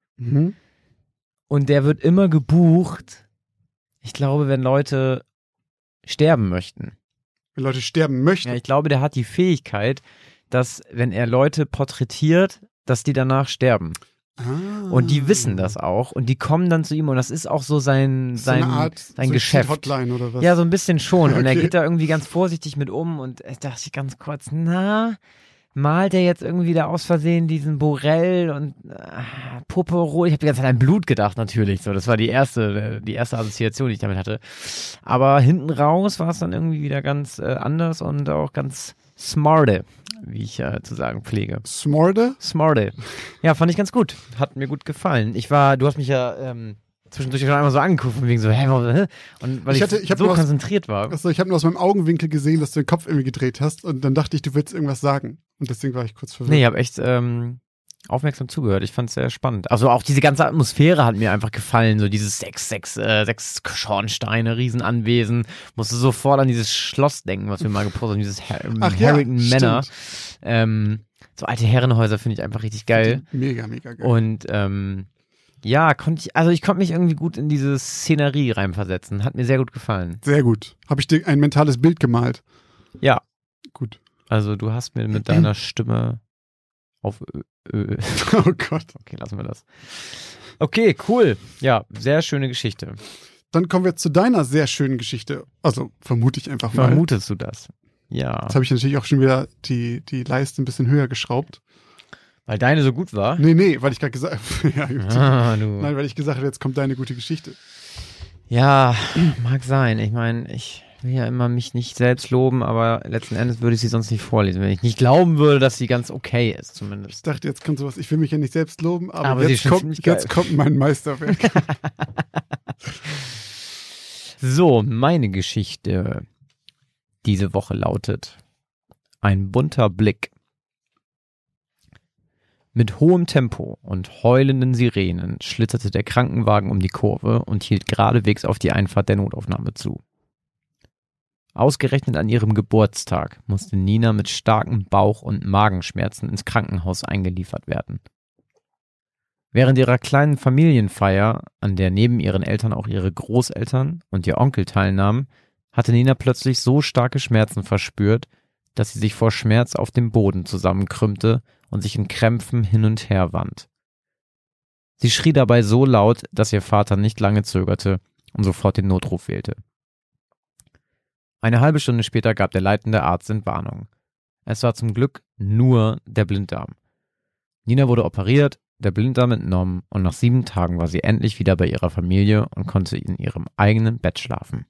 und der wird immer gebucht. Ich glaube, wenn Leute sterben möchten. Wenn Leute sterben möchten? Ja, ich glaube, der hat die Fähigkeit, dass, wenn er Leute porträtiert, dass die danach sterben. Und die wissen das auch und die kommen dann zu ihm und das ist auch so sein Geschäft. Hotline oder was? Ja, so ein bisschen schon. Okay. Und er geht da irgendwie ganz vorsichtig mit um und ich dachte ganz kurz, malt er jetzt irgendwie da aus Versehen diesen Burrell und Purpurrot? Ich habe die ganze Zeit an Blut gedacht natürlich. So, das war die erste Assoziation, die ich damit hatte. Aber hinten raus war es dann irgendwie wieder ganz anders und auch ganz smarte, wie ich zu sagen pflege. Smarte? Smarte. Ja, fand ich ganz gut. Hat mir gut gefallen. Du hast mich ja zwischendurch schon einmal so angeguckt und wegen so, und weil ich so konzentriert war. Achso, ich habe nur aus meinem Augenwinkel gesehen, dass du den Kopf irgendwie gedreht hast und dann dachte ich, du willst irgendwas sagen. Und deswegen war ich kurz verwirrt. Nee, ich habe echt aufmerksam zugehört. Ich fand es sehr spannend. Also auch diese ganze Atmosphäre hat mir einfach gefallen. So dieses 6 Schornsteine, Riesenanwesen. Musste sofort an dieses Schloss denken, was wir mal gepostet haben, dieses Harrington Manor. So alte Herrenhäuser finde ich einfach richtig geil. Mega, mega geil. Und ich konnte mich irgendwie gut in diese Szenerie reinversetzen. Hat mir sehr gut gefallen. Sehr gut. Habe ich dir ein mentales Bild gemalt? Ja. Gut. Also du hast mir mit deiner Stimme auf Oh Gott. Okay, lassen wir das. Okay, cool. Ja, sehr schöne Geschichte. Dann kommen wir zu deiner sehr schönen Geschichte. Also vermute ich einfach mal. Vermutest du das? Ja. Jetzt habe ich natürlich auch schon wieder die Leiste ein bisschen höher geschraubt. Weil deine so gut war? Nee, weil ich gerade gesagt habe. Du. Nein, weil ich gesagt habe, jetzt kommt deine gute Geschichte. Ja, mag sein. Ich meine, ich will ja immer mich nicht selbst loben, aber letzten Endes würde ich sie sonst nicht vorlesen, wenn ich nicht glauben würde, dass sie ganz okay ist, zumindest. Ich dachte, jetzt kommt sowas, ich will mich ja nicht selbst loben, aber jetzt kommt mein Meisterwerk. So, meine Geschichte diese Woche lautet: Ein bunter Blick. Mit hohem Tempo und heulenden Sirenen schlitterte der Krankenwagen um die Kurve und hielt geradewegs auf die Einfahrt der Notaufnahme zu. Ausgerechnet an ihrem Geburtstag musste Nina mit starken Bauch- und Magenschmerzen ins Krankenhaus eingeliefert werden. Während ihrer kleinen Familienfeier, an der neben ihren Eltern auch ihre Großeltern und ihr Onkel teilnahmen, hatte Nina plötzlich so starke Schmerzen verspürt, dass sie sich vor Schmerz auf dem Boden zusammenkrümmte und sich in Krämpfen hin und her wand. Sie schrie dabei so laut, dass ihr Vater nicht lange zögerte und sofort den Notruf wählte. Eine halbe Stunde später gab der leitende Arzt Entwarnung. Es war zum Glück nur der Blinddarm. Nina wurde operiert, der Blinddarm entnommen und nach 7 Tagen war sie endlich wieder bei ihrer Familie und konnte in ihrem eigenen Bett schlafen.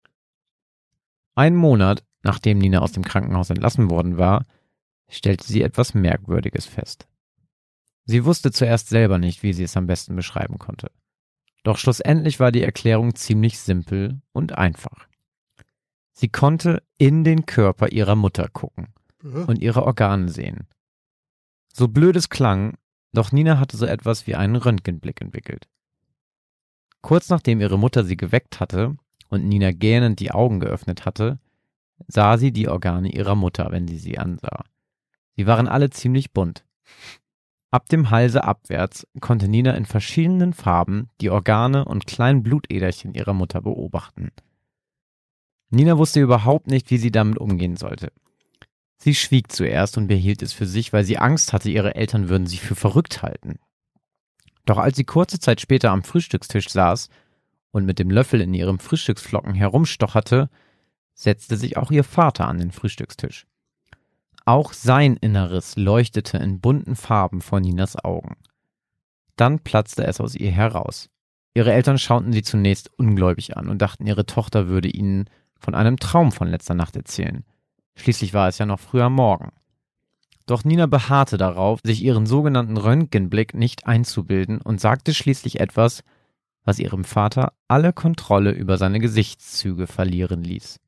1 Monat, nachdem Nina aus dem Krankenhaus entlassen worden war, stellte sie etwas Merkwürdiges fest. Sie wusste zuerst selber nicht, wie sie es am besten beschreiben konnte. Doch schlussendlich war die Erklärung ziemlich simpel und einfach. Sie konnte in den Körper ihrer Mutter gucken und ihre Organe sehen. So blöd es klang, doch Nina hatte so etwas wie einen Röntgenblick entwickelt. Kurz nachdem ihre Mutter sie geweckt hatte und Nina gähnend die Augen geöffnet hatte, sah sie die Organe ihrer Mutter, wenn sie ansah. Sie waren alle ziemlich bunt. Ab dem Halse abwärts konnte Nina in verschiedenen Farben die Organe und kleinen Blutäderchen ihrer Mutter beobachten. Nina wusste überhaupt nicht, wie sie damit umgehen sollte. Sie schwieg zuerst und behielt es für sich, weil sie Angst hatte, ihre Eltern würden sie für verrückt halten. Doch als sie kurze Zeit später am Frühstückstisch saß und mit dem Löffel in ihrem Frühstücksflocken herumstocherte, setzte sich auch ihr Vater an den Frühstückstisch. Auch sein Inneres leuchtete in bunten Farben vor Ninas Augen. Dann platzte es aus ihr heraus. Ihre Eltern schauten sie zunächst ungläubig an und dachten, ihre Tochter würde ihnen von einem Traum von letzter Nacht erzählen. Schließlich war es ja noch früh am Morgen. Doch Nina beharrte darauf, sich ihren sogenannten Röntgenblick nicht einzubilden und sagte schließlich etwas, was ihrem Vater alle Kontrolle über seine Gesichtszüge verlieren ließ.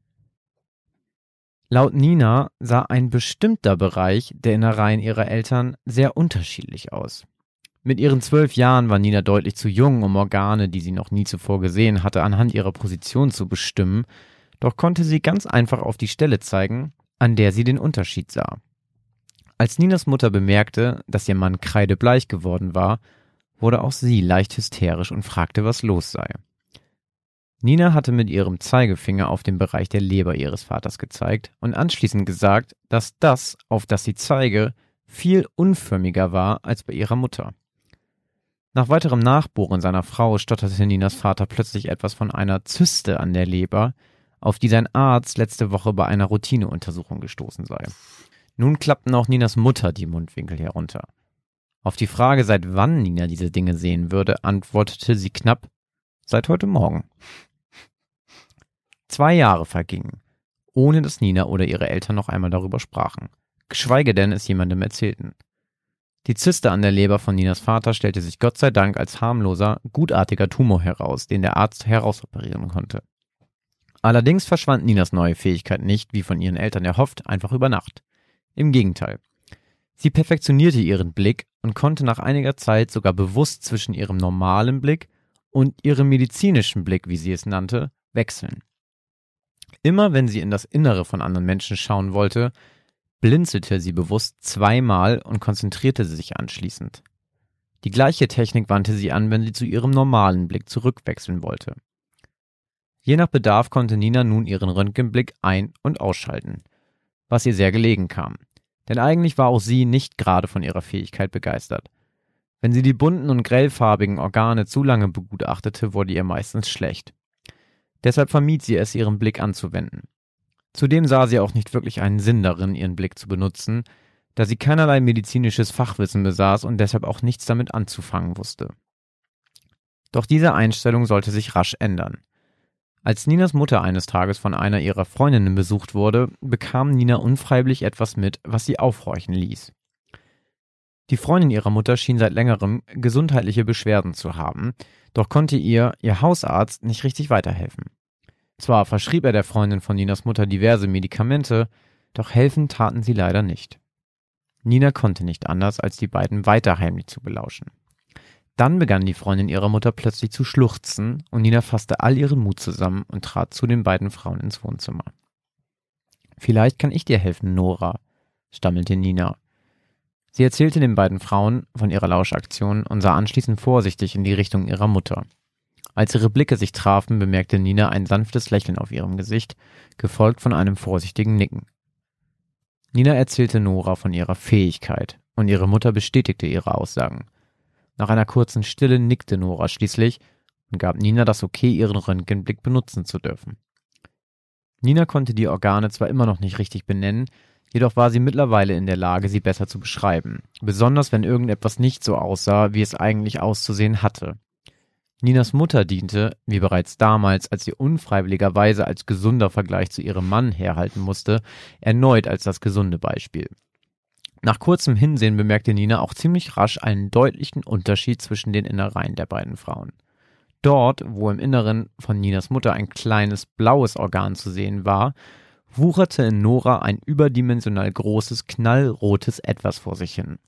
Laut Nina sah ein bestimmter Bereich der Innereien ihrer Eltern sehr unterschiedlich aus. Mit ihren 12 Jahren war Nina deutlich zu jung, um Organe, die sie noch nie zuvor gesehen hatte, anhand ihrer Position zu bestimmen, doch konnte sie ganz einfach auf die Stelle zeigen, an der sie den Unterschied sah. Als Ninas Mutter bemerkte, dass ihr Mann kreidebleich geworden war, wurde auch sie leicht hysterisch und fragte, was los sei. Nina hatte mit ihrem Zeigefinger auf den Bereich der Leber ihres Vaters gezeigt und anschließend gesagt, dass das, auf das sie zeige, viel unförmiger war als bei ihrer Mutter. Nach weiterem Nachbohren seiner Frau stotterte Ninas Vater plötzlich etwas von einer Zyste an der Leber, auf die sein Arzt letzte Woche bei einer Routineuntersuchung gestoßen sei. Nun klappten auch Ninas Mutter die Mundwinkel herunter. Auf die Frage, seit wann Nina diese Dinge sehen würde, antwortete sie knapp, seit heute Morgen. 2 Jahre vergingen, ohne dass Nina oder ihre Eltern noch einmal darüber sprachen, geschweige denn es jemandem erzählten. Die Zyste an der Leber von Ninas Vater stellte sich Gott sei Dank als harmloser, gutartiger Tumor heraus, den der Arzt herausoperieren konnte. Allerdings verschwand Ninas neue Fähigkeit nicht, wie von ihren Eltern erhofft, einfach über Nacht. Im Gegenteil. Sie perfektionierte ihren Blick und konnte nach einiger Zeit sogar bewusst zwischen ihrem normalen Blick und ihrem medizinischen Blick, wie sie es nannte, wechseln. Immer wenn sie in das Innere von anderen Menschen schauen wollte, blinzelte sie bewusst 2-mal und konzentrierte sich anschließend. Die gleiche Technik wandte sie an, wenn sie zu ihrem normalen Blick zurückwechseln wollte. Je nach Bedarf konnte Nina nun ihren Röntgenblick ein- und ausschalten, was ihr sehr gelegen kam. Denn eigentlich war auch sie nicht gerade von ihrer Fähigkeit begeistert. Wenn sie die bunten und grellfarbigen Organe zu lange begutachtete, wurde ihr meistens schlecht. Deshalb vermied sie es, ihren Blick anzuwenden. Zudem sah sie auch nicht wirklich einen Sinn darin, ihren Blick zu benutzen, da sie keinerlei medizinisches Fachwissen besaß und deshalb auch nichts damit anzufangen wusste. Doch diese Einstellung sollte sich rasch ändern. Als Ninas Mutter eines Tages von einer ihrer Freundinnen besucht wurde, bekam Nina unfreiwillig etwas mit, was sie aufhorchen ließ. Die Freundin ihrer Mutter schien seit längerem gesundheitliche Beschwerden zu haben, doch konnte ihr Hausarzt nicht richtig weiterhelfen. Zwar verschrieb er der Freundin von Ninas Mutter diverse Medikamente, doch helfen taten sie leider nicht. Nina konnte nicht anders, als die beiden weiter heimlich zu belauschen. Dann begann die Freundin ihrer Mutter plötzlich zu schluchzen und Nina fasste all ihren Mut zusammen und trat zu den beiden Frauen ins Wohnzimmer. »Vielleicht kann ich dir helfen, Nora«, stammelte Nina. Sie erzählte den beiden Frauen von ihrer Lauschaktion und sah anschließend vorsichtig in die Richtung ihrer Mutter. Als ihre Blicke sich trafen, bemerkte Nina ein sanftes Lächeln auf ihrem Gesicht, gefolgt von einem vorsichtigen Nicken. Nina erzählte Nora von ihrer Fähigkeit und ihre Mutter bestätigte ihre Aussagen. Nach einer kurzen Stille nickte Nora schließlich und gab Nina das Okay, ihren Röntgenblick benutzen zu dürfen. Nina konnte die Organe zwar immer noch nicht richtig benennen, jedoch war sie mittlerweile in der Lage, sie besser zu beschreiben. Besonders wenn irgendetwas nicht so aussah, wie es eigentlich auszusehen hatte. Ninas Mutter diente, wie bereits damals, als sie unfreiwilligerweise als gesunder Vergleich zu ihrem Mann herhalten musste, erneut als das gesunde Beispiel. Nach kurzem Hinsehen bemerkte Nina auch ziemlich rasch einen deutlichen Unterschied zwischen den Innereien der beiden Frauen. Dort, wo im Inneren von Ninas Mutter ein kleines blaues Organ zu sehen war, wucherte in Nora ein überdimensional großes, knallrotes Etwas vor sich hin.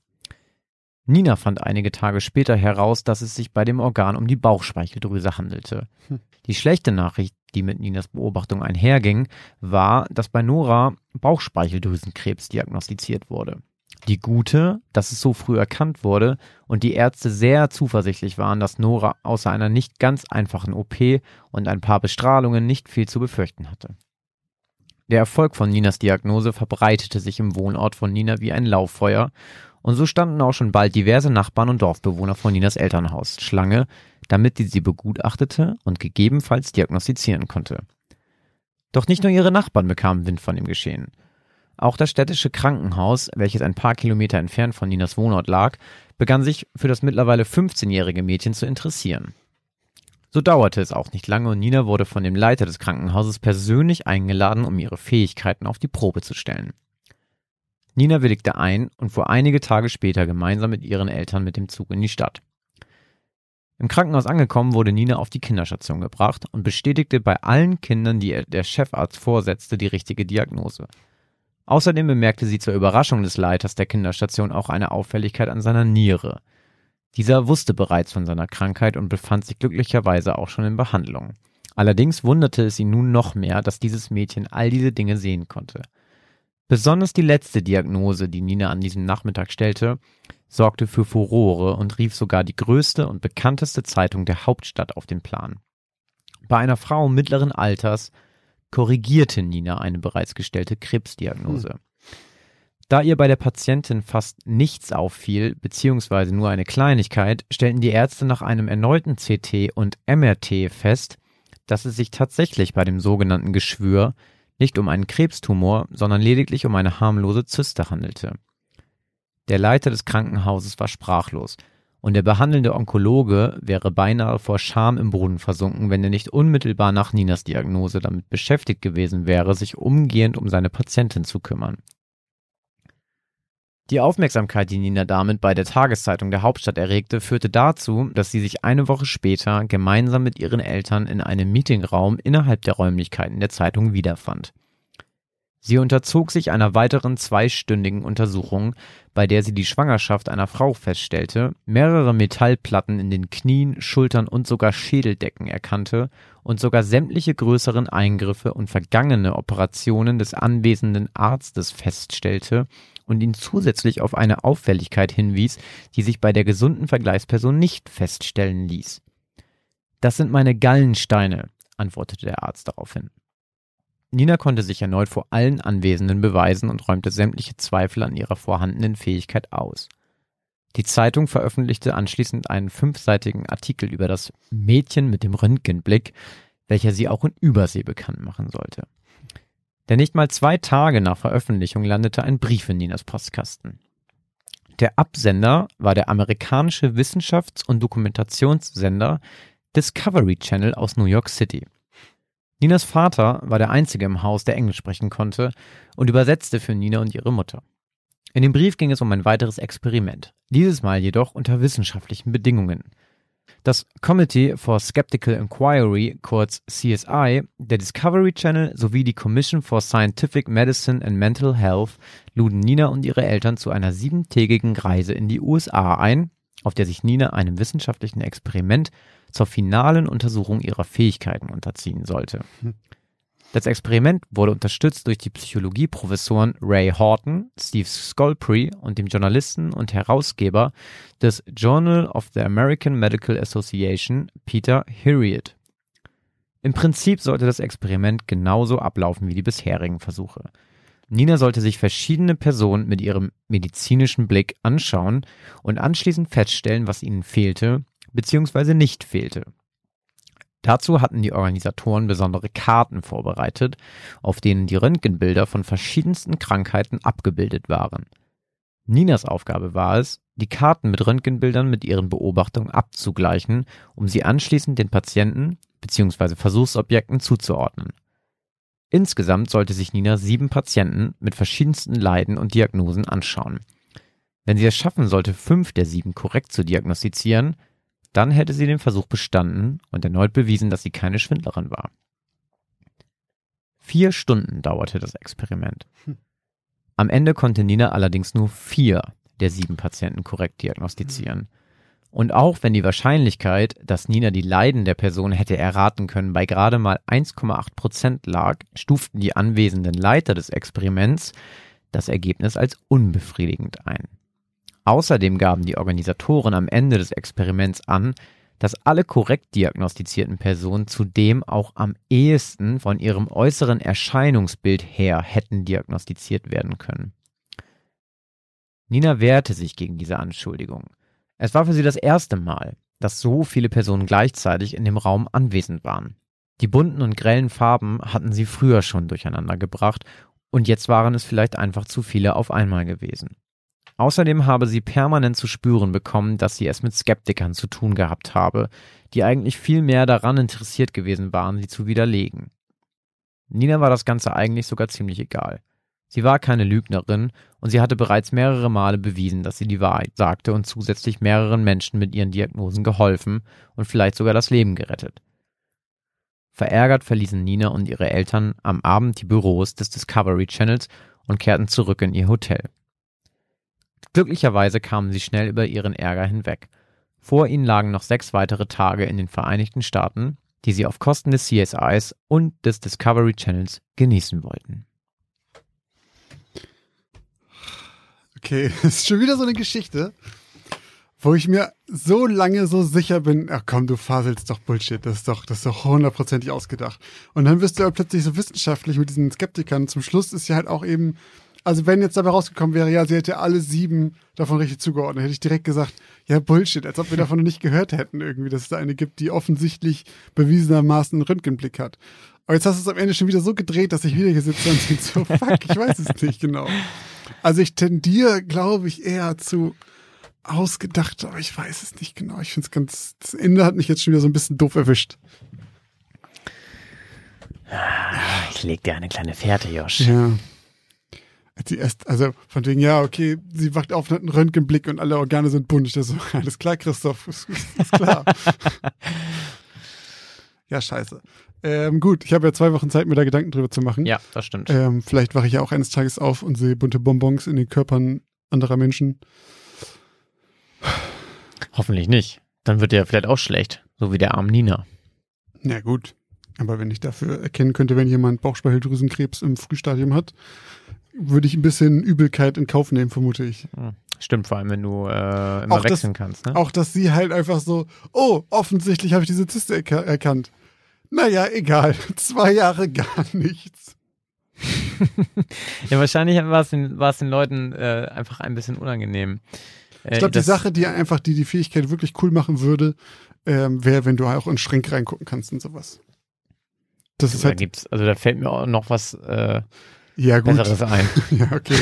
Nina fand einige Tage später heraus, dass es sich bei dem Organ um die Bauchspeicheldrüse handelte. Die schlechte Nachricht, die mit Ninas Beobachtung einherging, war, dass bei Nora Bauchspeicheldrüsenkrebs diagnostiziert wurde. Die gute, dass es so früh erkannt wurde und die Ärzte sehr zuversichtlich waren, dass Nora außer einer nicht ganz einfachen OP und ein paar Bestrahlungen nicht viel zu befürchten hatte. Der Erfolg von Ninas Diagnose verbreitete sich im Wohnort von Nina wie ein Lauffeuer und so standen auch schon bald diverse Nachbarn und Dorfbewohner vor Ninas Elternhaus Schlange, damit sie begutachtete und gegebenenfalls diagnostizieren konnte. Doch nicht nur ihre Nachbarn bekamen Wind von dem Geschehen. Auch das städtische Krankenhaus, welches ein paar Kilometer entfernt von Ninas Wohnort lag, begann sich für das mittlerweile 15-jährige Mädchen zu interessieren. So dauerte es auch nicht lange und Nina wurde von dem Leiter des Krankenhauses persönlich eingeladen, um ihre Fähigkeiten auf die Probe zu stellen. Nina willigte ein und fuhr einige Tage später gemeinsam mit ihren Eltern mit dem Zug in die Stadt. Im Krankenhaus angekommen, wurde Nina auf die Kinderstation gebracht und bestätigte bei allen Kindern, die der Chefarzt vorsetzte, die richtige Diagnose. Außerdem bemerkte sie zur Überraschung des Leiters der Kinderstation auch eine Auffälligkeit an seiner Niere. Dieser wusste bereits von seiner Krankheit und befand sich glücklicherweise auch schon in Behandlung. Allerdings wunderte es ihn nun noch mehr, dass dieses Mädchen all diese Dinge sehen konnte. Besonders die letzte Diagnose, die Nina an diesem Nachmittag stellte, sorgte für Furore und rief sogar die größte und bekannteste Zeitung der Hauptstadt auf den Plan. Bei einer Frau mittleren Alters korrigierte Nina eine bereits gestellte Krebsdiagnose. Da ihr bei der Patientin fast nichts auffiel, beziehungsweise nur eine Kleinigkeit, stellten die Ärzte nach einem erneuten CT und MRT fest, dass es sich tatsächlich bei dem sogenannten Geschwür nicht um einen Krebstumor, sondern lediglich um eine harmlose Zyste handelte. Der Leiter des Krankenhauses war sprachlos und der behandelnde Onkologe wäre beinahe vor Scham im Boden versunken, wenn er nicht unmittelbar nach Ninas Diagnose damit beschäftigt gewesen wäre, sich umgehend um seine Patientin zu kümmern. Die Aufmerksamkeit, die Nina damit bei der Tageszeitung der Hauptstadt erregte, führte dazu, dass sie sich eine Woche später gemeinsam mit ihren Eltern in einem Meetingraum innerhalb der Räumlichkeiten der Zeitung wiederfand. Sie unterzog sich einer weiteren 2-stündigen Untersuchung, bei der sie die Schwangerschaft einer Frau feststellte, mehrere Metallplatten in den Knien, Schultern und sogar Schädeldecken erkannte und sogar sämtliche größeren Eingriffe und vergangene Operationen des anwesenden Arztes feststellte und ihn zusätzlich auf eine Auffälligkeit hinwies, die sich bei der gesunden Vergleichsperson nicht feststellen ließ. »Das sind meine Gallensteine«, antwortete der Arzt daraufhin. Nina konnte sich erneut vor allen Anwesenden beweisen und räumte sämtliche Zweifel an ihrer vorhandenen Fähigkeit aus. Die Zeitung veröffentlichte anschließend einen 5-seitigen Artikel über das Mädchen mit dem Röntgenblick, welcher sie auch in Übersee bekannt machen sollte. Denn nicht mal 2 Tage nach Veröffentlichung landete ein Brief in Ninas Postkasten. Der Absender war der amerikanische Wissenschafts- und Dokumentationssender Discovery Channel aus New York City. Ninas Vater war der Einzige im Haus, der Englisch sprechen konnte und übersetzte für Nina und ihre Mutter. In dem Brief ging es um ein weiteres Experiment, dieses Mal jedoch unter wissenschaftlichen Bedingungen. Das Committee for Skeptical Inquiry, kurz CSI, der Discovery Channel sowie die Commission for Scientific Medicine and Mental Health luden Nina und ihre Eltern zu einer 7-tägigen Reise in die USA ein, auf der sich Nina einem wissenschaftlichen Experiment zur finalen Untersuchung ihrer Fähigkeiten unterziehen sollte. Das Experiment wurde unterstützt durch die Psychologieprofessoren Ray Horton, Steve Scolpry und dem Journalisten und Herausgeber des Journal of the American Medical Association, Peter Heriot. Im Prinzip sollte das Experiment genauso ablaufen wie die bisherigen Versuche. Nina sollte sich verschiedene Personen mit ihrem medizinischen Blick anschauen und anschließend feststellen, was ihnen fehlte bzw. nicht fehlte. Dazu hatten die Organisatoren besondere Karten vorbereitet, auf denen die Röntgenbilder von verschiedensten Krankheiten abgebildet waren. Ninas Aufgabe war es, die Karten mit Röntgenbildern mit ihren Beobachtungen abzugleichen, um sie anschließend den Patienten bzw. Versuchsobjekten zuzuordnen. Insgesamt sollte sich Nina 7 Patienten mit verschiedensten Leiden und Diagnosen anschauen. Wenn sie es schaffen sollte, 5 der 7 korrekt zu diagnostizieren, dann hätte sie den Versuch bestanden und erneut bewiesen, dass sie keine Schwindlerin war. 4 Stunden dauerte das Experiment. Am Ende konnte Nina allerdings nur 4 der 7 Patienten korrekt diagnostizieren. Und auch wenn die Wahrscheinlichkeit, dass Nina die Leiden der Person hätte erraten können, bei gerade mal 1,8% lag, stuften die anwesenden Leiter des Experiments das Ergebnis als unbefriedigend ein. Außerdem gaben die Organisatoren am Ende des Experiments an, dass alle korrekt diagnostizierten Personen zudem auch am ehesten von ihrem äußeren Erscheinungsbild her hätten diagnostiziert werden können. Nina wehrte sich gegen diese Anschuldigung. Es war für sie das erste Mal, dass so viele Personen gleichzeitig in dem Raum anwesend waren. Die bunten und grellen Farben hatten sie früher schon durcheinander gebracht und jetzt waren es vielleicht einfach zu viele auf einmal gewesen. Außerdem habe sie permanent zu spüren bekommen, dass sie es mit Skeptikern zu tun gehabt habe, die eigentlich viel mehr daran interessiert gewesen waren, sie zu widerlegen. Nina war das Ganze eigentlich sogar ziemlich egal. Sie war keine Lügnerin und sie hatte bereits mehrere Male bewiesen, dass sie die Wahrheit sagte und zusätzlich mehreren Menschen mit ihren Diagnosen geholfen und vielleicht sogar das Leben gerettet. Verärgert verließen Nina und ihre Eltern am Abend die Büros des Discovery Channels und kehrten zurück in ihr Hotel. Glücklicherweise kamen sie schnell über ihren Ärger hinweg. Vor ihnen lagen noch 6 weitere Tage in den Vereinigten Staaten, die sie auf Kosten des CSIs und des Discovery Channels genießen wollten. Okay, das ist schon wieder so eine Geschichte, wo ich mir so lange so sicher bin, ach komm, du faselst doch Bullshit, das ist doch 100%ig ausgedacht. Und dann wirst du ja plötzlich so wissenschaftlich mit diesen Skeptikern. Zum Schluss ist ja halt auch eben, also wenn jetzt dabei rausgekommen wäre, ja, sie hätte alle 7 davon richtig zugeordnet, hätte ich direkt gesagt, ja, Bullshit, als ob wir davon noch nicht gehört hätten irgendwie, dass es da eine gibt, die offensichtlich bewiesenermaßen einen Röntgenblick hat. Aber jetzt hast du es am Ende schon wieder so gedreht, dass ich wieder hier sitze und denke so, fuck, ich weiß es nicht genau. Also ich tendiere, glaube ich, eher zu ausgedacht, aber ich weiß es nicht genau. Ich finde es das Ende hat mich jetzt schon wieder so ein bisschen doof erwischt. Ich leg dir eine kleine Fährte, Josh. Ja. Also von wegen, ja, okay, sie wacht auf und hat einen Röntgenblick und alle Organe sind bunt. Ich dachte so, alles klar, Christoph, ist klar. Ja, scheiße. Gut, ich habe ja 2 Wochen Zeit, mir da Gedanken drüber zu machen. Ja, das stimmt. Vielleicht wache ich ja auch eines Tages auf und sehe bunte Bonbons in den Körpern anderer Menschen. Hoffentlich nicht. Dann wird der vielleicht auch schlecht, so wie der arme Nina. Na gut, aber wenn ich dafür erkennen könnte, wenn jemand Bauchspeicheldrüsenkrebs im Frühstadium hat, würde ich ein bisschen Übelkeit in Kauf nehmen, vermute ich. Stimmt, vor allem, wenn du immer auch wechseln kannst. Ne? Auch, dass sie halt einfach so, oh, offensichtlich habe ich diese Zyste erkannt. Naja, egal. 2 Jahre gar nichts. Ja, wahrscheinlich war es den Leuten einfach ein bisschen unangenehm. Ich glaube, die Sache, die einfach die Fähigkeit wirklich cool machen würde, wäre, wenn du auch in Schränke reingucken kannst und sowas. Das ist halt. Da fällt mir auch noch was ja, gut. Besseres ein. Ja, okay.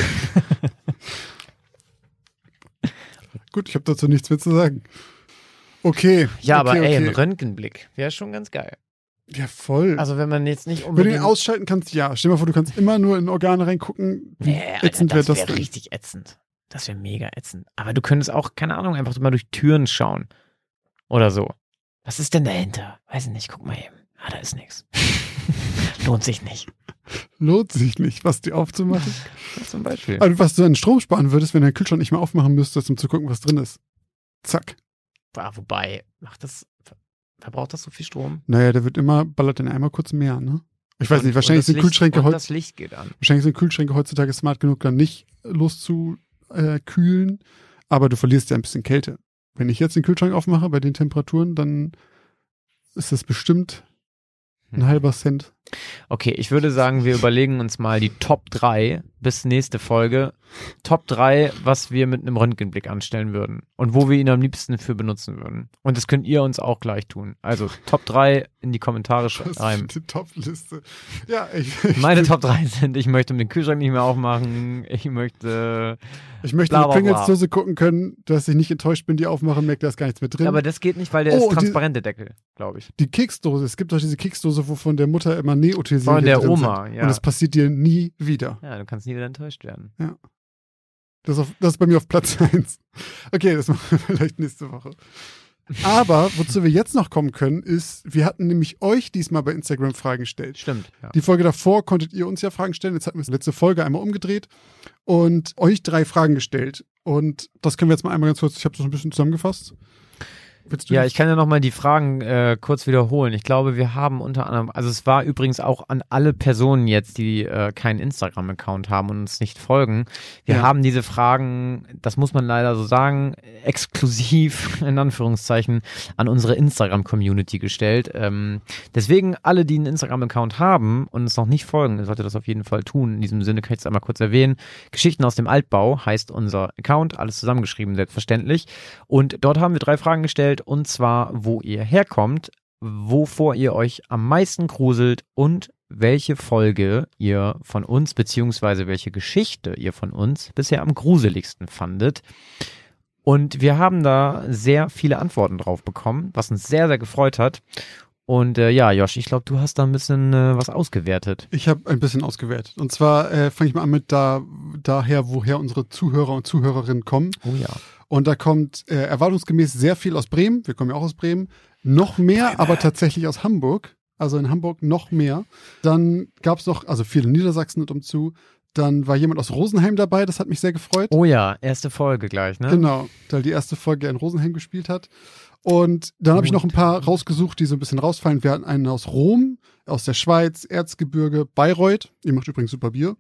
Gut, ich habe dazu nichts mehr zu sagen. Okay. Ja, okay, aber ey, okay. ein Röntgenblick wäre schon ganz geil. Ja, voll. Also wenn man jetzt nicht Wenn unbedingt... du ihn ausschalten kannst, ja. Stell dir mal vor, du kannst immer nur in Organe reingucken. Wie ätzend wäre das wäre denn? richtig ätzend. Das wäre mega ätzend. Aber du könntest auch, keine Ahnung, einfach mal durch Türen schauen. Oder so. Was ist denn dahinter? Weiß ich nicht, guck mal eben. Ah, da ist nichts. Lohnt sich nicht. Lohnt sich nicht, was die aufzumachen. Das zum Beispiel. Also, was du an Strom sparen würdest, wenn du den Kühlschrank nicht mehr aufmachen müsstest, um zu gucken, was drin ist. Zack. Wobei, verbraucht das so viel Strom? Naja, der wird immer, ballert den einmal kurz mehr, ne? Ich weiß nicht, wahrscheinlich sind Kühlschränke das Licht geht an. Wahrscheinlich sind Kühlschränke heutzutage smart genug, dann nicht loszukühlen, aber du verlierst ja ein bisschen Kälte. Wenn ich jetzt den Kühlschrank aufmache bei den Temperaturen, dann ist das bestimmt ein halber Cent Okay, ich würde sagen, wir überlegen uns mal die Top 3 bis nächste Folge. Top 3, was wir mit einem Röntgenblick anstellen würden und wo wir ihn am liebsten für benutzen würden. Und das könnt ihr uns auch gleich tun. Also Top 3 in die Kommentare schreiben. Die Top-Liste. Ja, Meine Top 3 sind, ich möchte den Kühlschrank nicht mehr aufmachen, ich möchte in die Pringles-Dose gucken können, dass ich nicht enttäuscht bin, die aufmachen, merke, da ist gar nichts mehr drin. Aber das geht nicht, weil der ist transparent, der Deckel, glaube ich. Die Keksdose, es gibt doch diese Keksdose, wo von der Mutter immer Nähutensilien von der drin Oma, sind. ja. Und das passiert dir nie wieder. Ja, du kannst nie wieder enttäuscht werden. Ja. Das ist bei mir auf Platz 1. Okay, das machen wir vielleicht nächste Woche. Aber wozu wir jetzt noch kommen können, ist, wir hatten nämlich euch diesmal bei Instagram Fragen gestellt. Stimmt, ja. Die Folge davor konntet ihr uns ja Fragen stellen. Jetzt hatten wir die letzte Folge einmal umgedreht und euch 3 Fragen gestellt. Und das können wir jetzt mal einmal ganz kurz, ich habe das ein bisschen zusammengefasst. Ja, ich kann ja nochmal die Fragen kurz wiederholen. Ich glaube, wir haben unter anderem, also es war übrigens auch an alle Personen jetzt, die keinen Instagram-Account haben und uns nicht folgen. Wir haben diese Fragen, das muss man leider so sagen, exklusiv in Anführungszeichen an unsere Instagram-Community gestellt. Deswegen alle, die einen Instagram-Account haben und uns noch nicht folgen, sollte das auf jeden Fall tun. In diesem Sinne kann ich es einmal kurz erwähnen. Geschichten aus dem Altbau heißt unser Account, alles zusammengeschrieben, selbstverständlich. Und dort haben wir 3 Fragen gestellt. Und zwar, wo ihr herkommt, wovor ihr euch am meisten gruselt und welche Folge ihr von uns, beziehungsweise welche Geschichte ihr von uns bisher am gruseligsten fandet. Und wir haben da sehr viele Antworten drauf bekommen, was uns sehr, sehr gefreut hat. Und ja, Josh, ich glaube, du hast da ein bisschen was ausgewertet. Ich habe ein bisschen ausgewertet. Und zwar fange ich mal an mit daher, woher unsere Zuhörer und Zuhörerinnen kommen. Oh ja. Und da kommt erwartungsgemäß sehr viel aus Bremen. Wir kommen ja auch aus Bremen. Noch mehr, aber tatsächlich aus Hamburg. Also in Hamburg noch mehr. Dann gab es noch, also viele Niedersachsen und umzu. Dann war jemand aus Rosenheim dabei. Das hat mich sehr gefreut. Oh ja, erste Folge gleich, ne? Genau, weil die erste Folge in Rosenheim gespielt hat. Und dann habe ich noch ein paar rausgesucht, die so ein bisschen rausfallen. Wir hatten einen aus Rom, aus der Schweiz, Erzgebirge, Bayreuth. Ihr macht übrigens super Bier.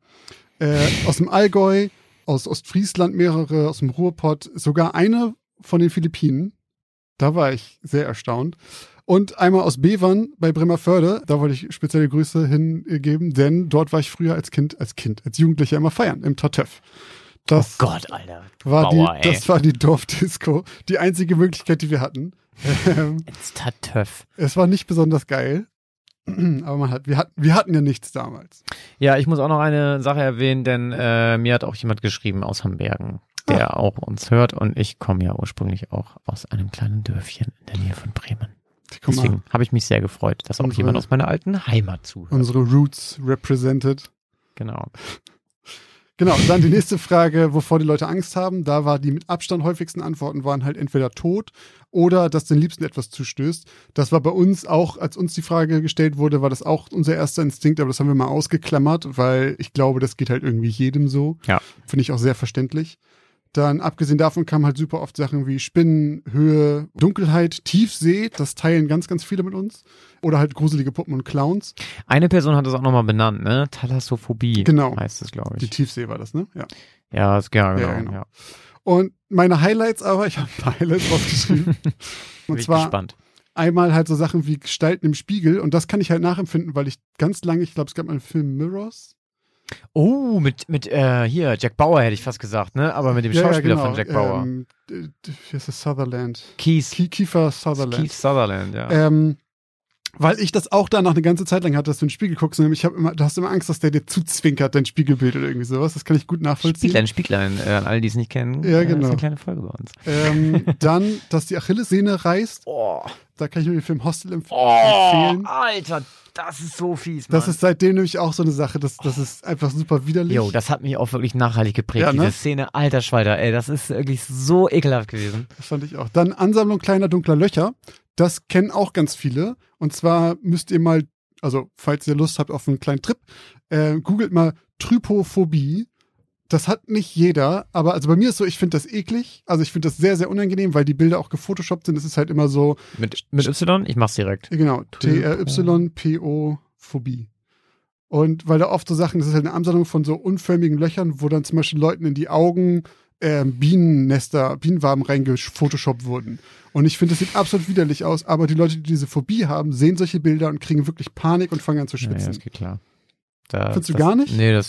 Aus dem Allgäu, aus Ostfriesland mehrere, aus dem Ruhrpott, sogar eine von den Philippinen. Da war ich sehr erstaunt. Und einmal aus Bevern bei Bremervörde, da wollte ich spezielle Grüße hingeben, denn dort war ich früher als Jugendlicher immer feiern, im Tartöff. Oh Gott, Alter. Das war die Dorfdisco, die einzige Möglichkeit, die wir hatten. Ins Tartöff. Es war nicht besonders geil. Aber wir hatten ja nichts damals. Ja, ich muss auch noch eine Sache erwähnen, denn mir hat auch jemand geschrieben aus Hambergen, der auch uns hört. Und ich komme ja ursprünglich auch aus einem kleinen Dörfchen in der Nähe von Bremen. Deswegen habe ich mich sehr gefreut, dass auch jemand aus meiner alten Heimat zuhört. Unsere Roots represented. Genau. Genau, dann die nächste Frage, wovor die Leute Angst haben. Da war die mit Abstand häufigsten Antworten waren halt entweder Tod oder dass den Liebsten etwas zustößt. Das war bei uns auch, als uns die Frage gestellt wurde, war das auch unser erster Instinkt, aber das haben wir mal ausgeklammert, weil ich glaube, das geht halt irgendwie jedem so. Ja. Finde ich auch sehr verständlich. Dann, abgesehen davon, kamen halt super oft Sachen wie Spinnen, Höhe, Dunkelheit, Tiefsee. Das teilen ganz, ganz viele mit uns. Oder halt gruselige Puppen und Clowns. Eine Person hat das auch nochmal benannt, ne? Thalassophobie. Genau. Heißt es, glaube ich. Die Tiefsee war das, ne? Ja. Ja, genau. Ja. Und meine Highlights aber, ich habe ein paar Highlights rausgeschrieben. Und Bin zwar gespannt. einmal halt so Sachen wie Gestalten im Spiegel. Und das kann ich halt nachempfinden, weil ich ganz lange, ich glaube, es gab mal einen Film Mirrors. Oh, mit hier, Jack Bauer hätte ich fast gesagt, ne? Aber mit dem Schauspieler genau. von Jack Bauer. Wie heißt das? Sutherland. Kiefer Sutherland. Keith Sutherland, ja. Weil ich das auch danach eine ganze Zeit lang hatte, dass du in den Spiegel guckst und du hast immer Angst, dass der dir zuzwinkert, dein Spiegelbild oder irgendwie sowas. Das kann ich gut nachvollziehen. Spieglein, an alle, die es nicht kennen. Ja, genau. Das ist eine kleine Folge bei uns. Dann, dass die Achillessehne reißt. Oh. Da kann ich nur den Film Hostel empfehlen. Alter, das ist so fies, Mann. Das ist seitdem nämlich auch so eine Sache, das ist einfach super widerlich. Jo, das hat mich auch wirklich nachhaltig geprägt, ja, ne? diese Szene. Alter Schweider, ey, das ist wirklich so ekelhaft gewesen. Das fand ich auch. Dann Ansammlung kleiner dunkler Löcher. Das kennen auch ganz viele. Und zwar müsst ihr mal, also falls ihr Lust habt auf einen kleinen Trip, googelt mal Trypophobie. Das hat nicht jeder, aber also bei mir ist so, ich finde das eklig. Also ich finde das sehr, sehr unangenehm, weil die Bilder auch gefotoshoppt sind. Es ist halt immer so. Mit Y? Ich mach's direkt. Genau, TRYPO-Phobie. Und weil da oft so Sachen, das ist halt eine Ansammlung von so unförmigen Löchern, wo dann zum Beispiel Leuten in die Augen Bienenwaben reingefotoshoppt wurden. Und ich finde, das sieht absolut widerlich aus, aber die Leute, die diese Phobie haben, sehen solche Bilder und kriegen wirklich Panik und fangen an zu schwitzen. Ja, das geht klar. Findest du gar nicht? Nee,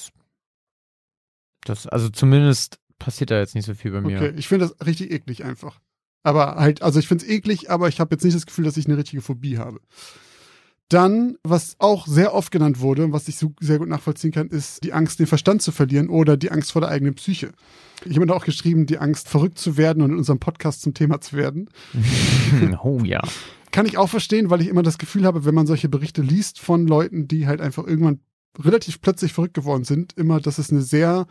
also zumindest passiert da jetzt nicht so viel bei mir. Okay, ich finde das richtig eklig einfach. Aber halt, also ich finde es eklig, aber ich habe jetzt nicht das Gefühl, dass ich eine richtige Phobie habe. Dann, was auch sehr oft genannt wurde und was ich so sehr gut nachvollziehen kann, ist die Angst, den Verstand zu verlieren oder die Angst vor der eigenen Psyche. Ich habe da auch geschrieben, die Angst, verrückt zu werden und in unserem Podcast zum Thema zu werden. Oh ja. Kann ich auch verstehen, weil ich immer das Gefühl habe, wenn man solche Berichte liest von Leuten, die halt einfach irgendwann relativ plötzlich verrückt geworden sind, immer, dass es eine sehr,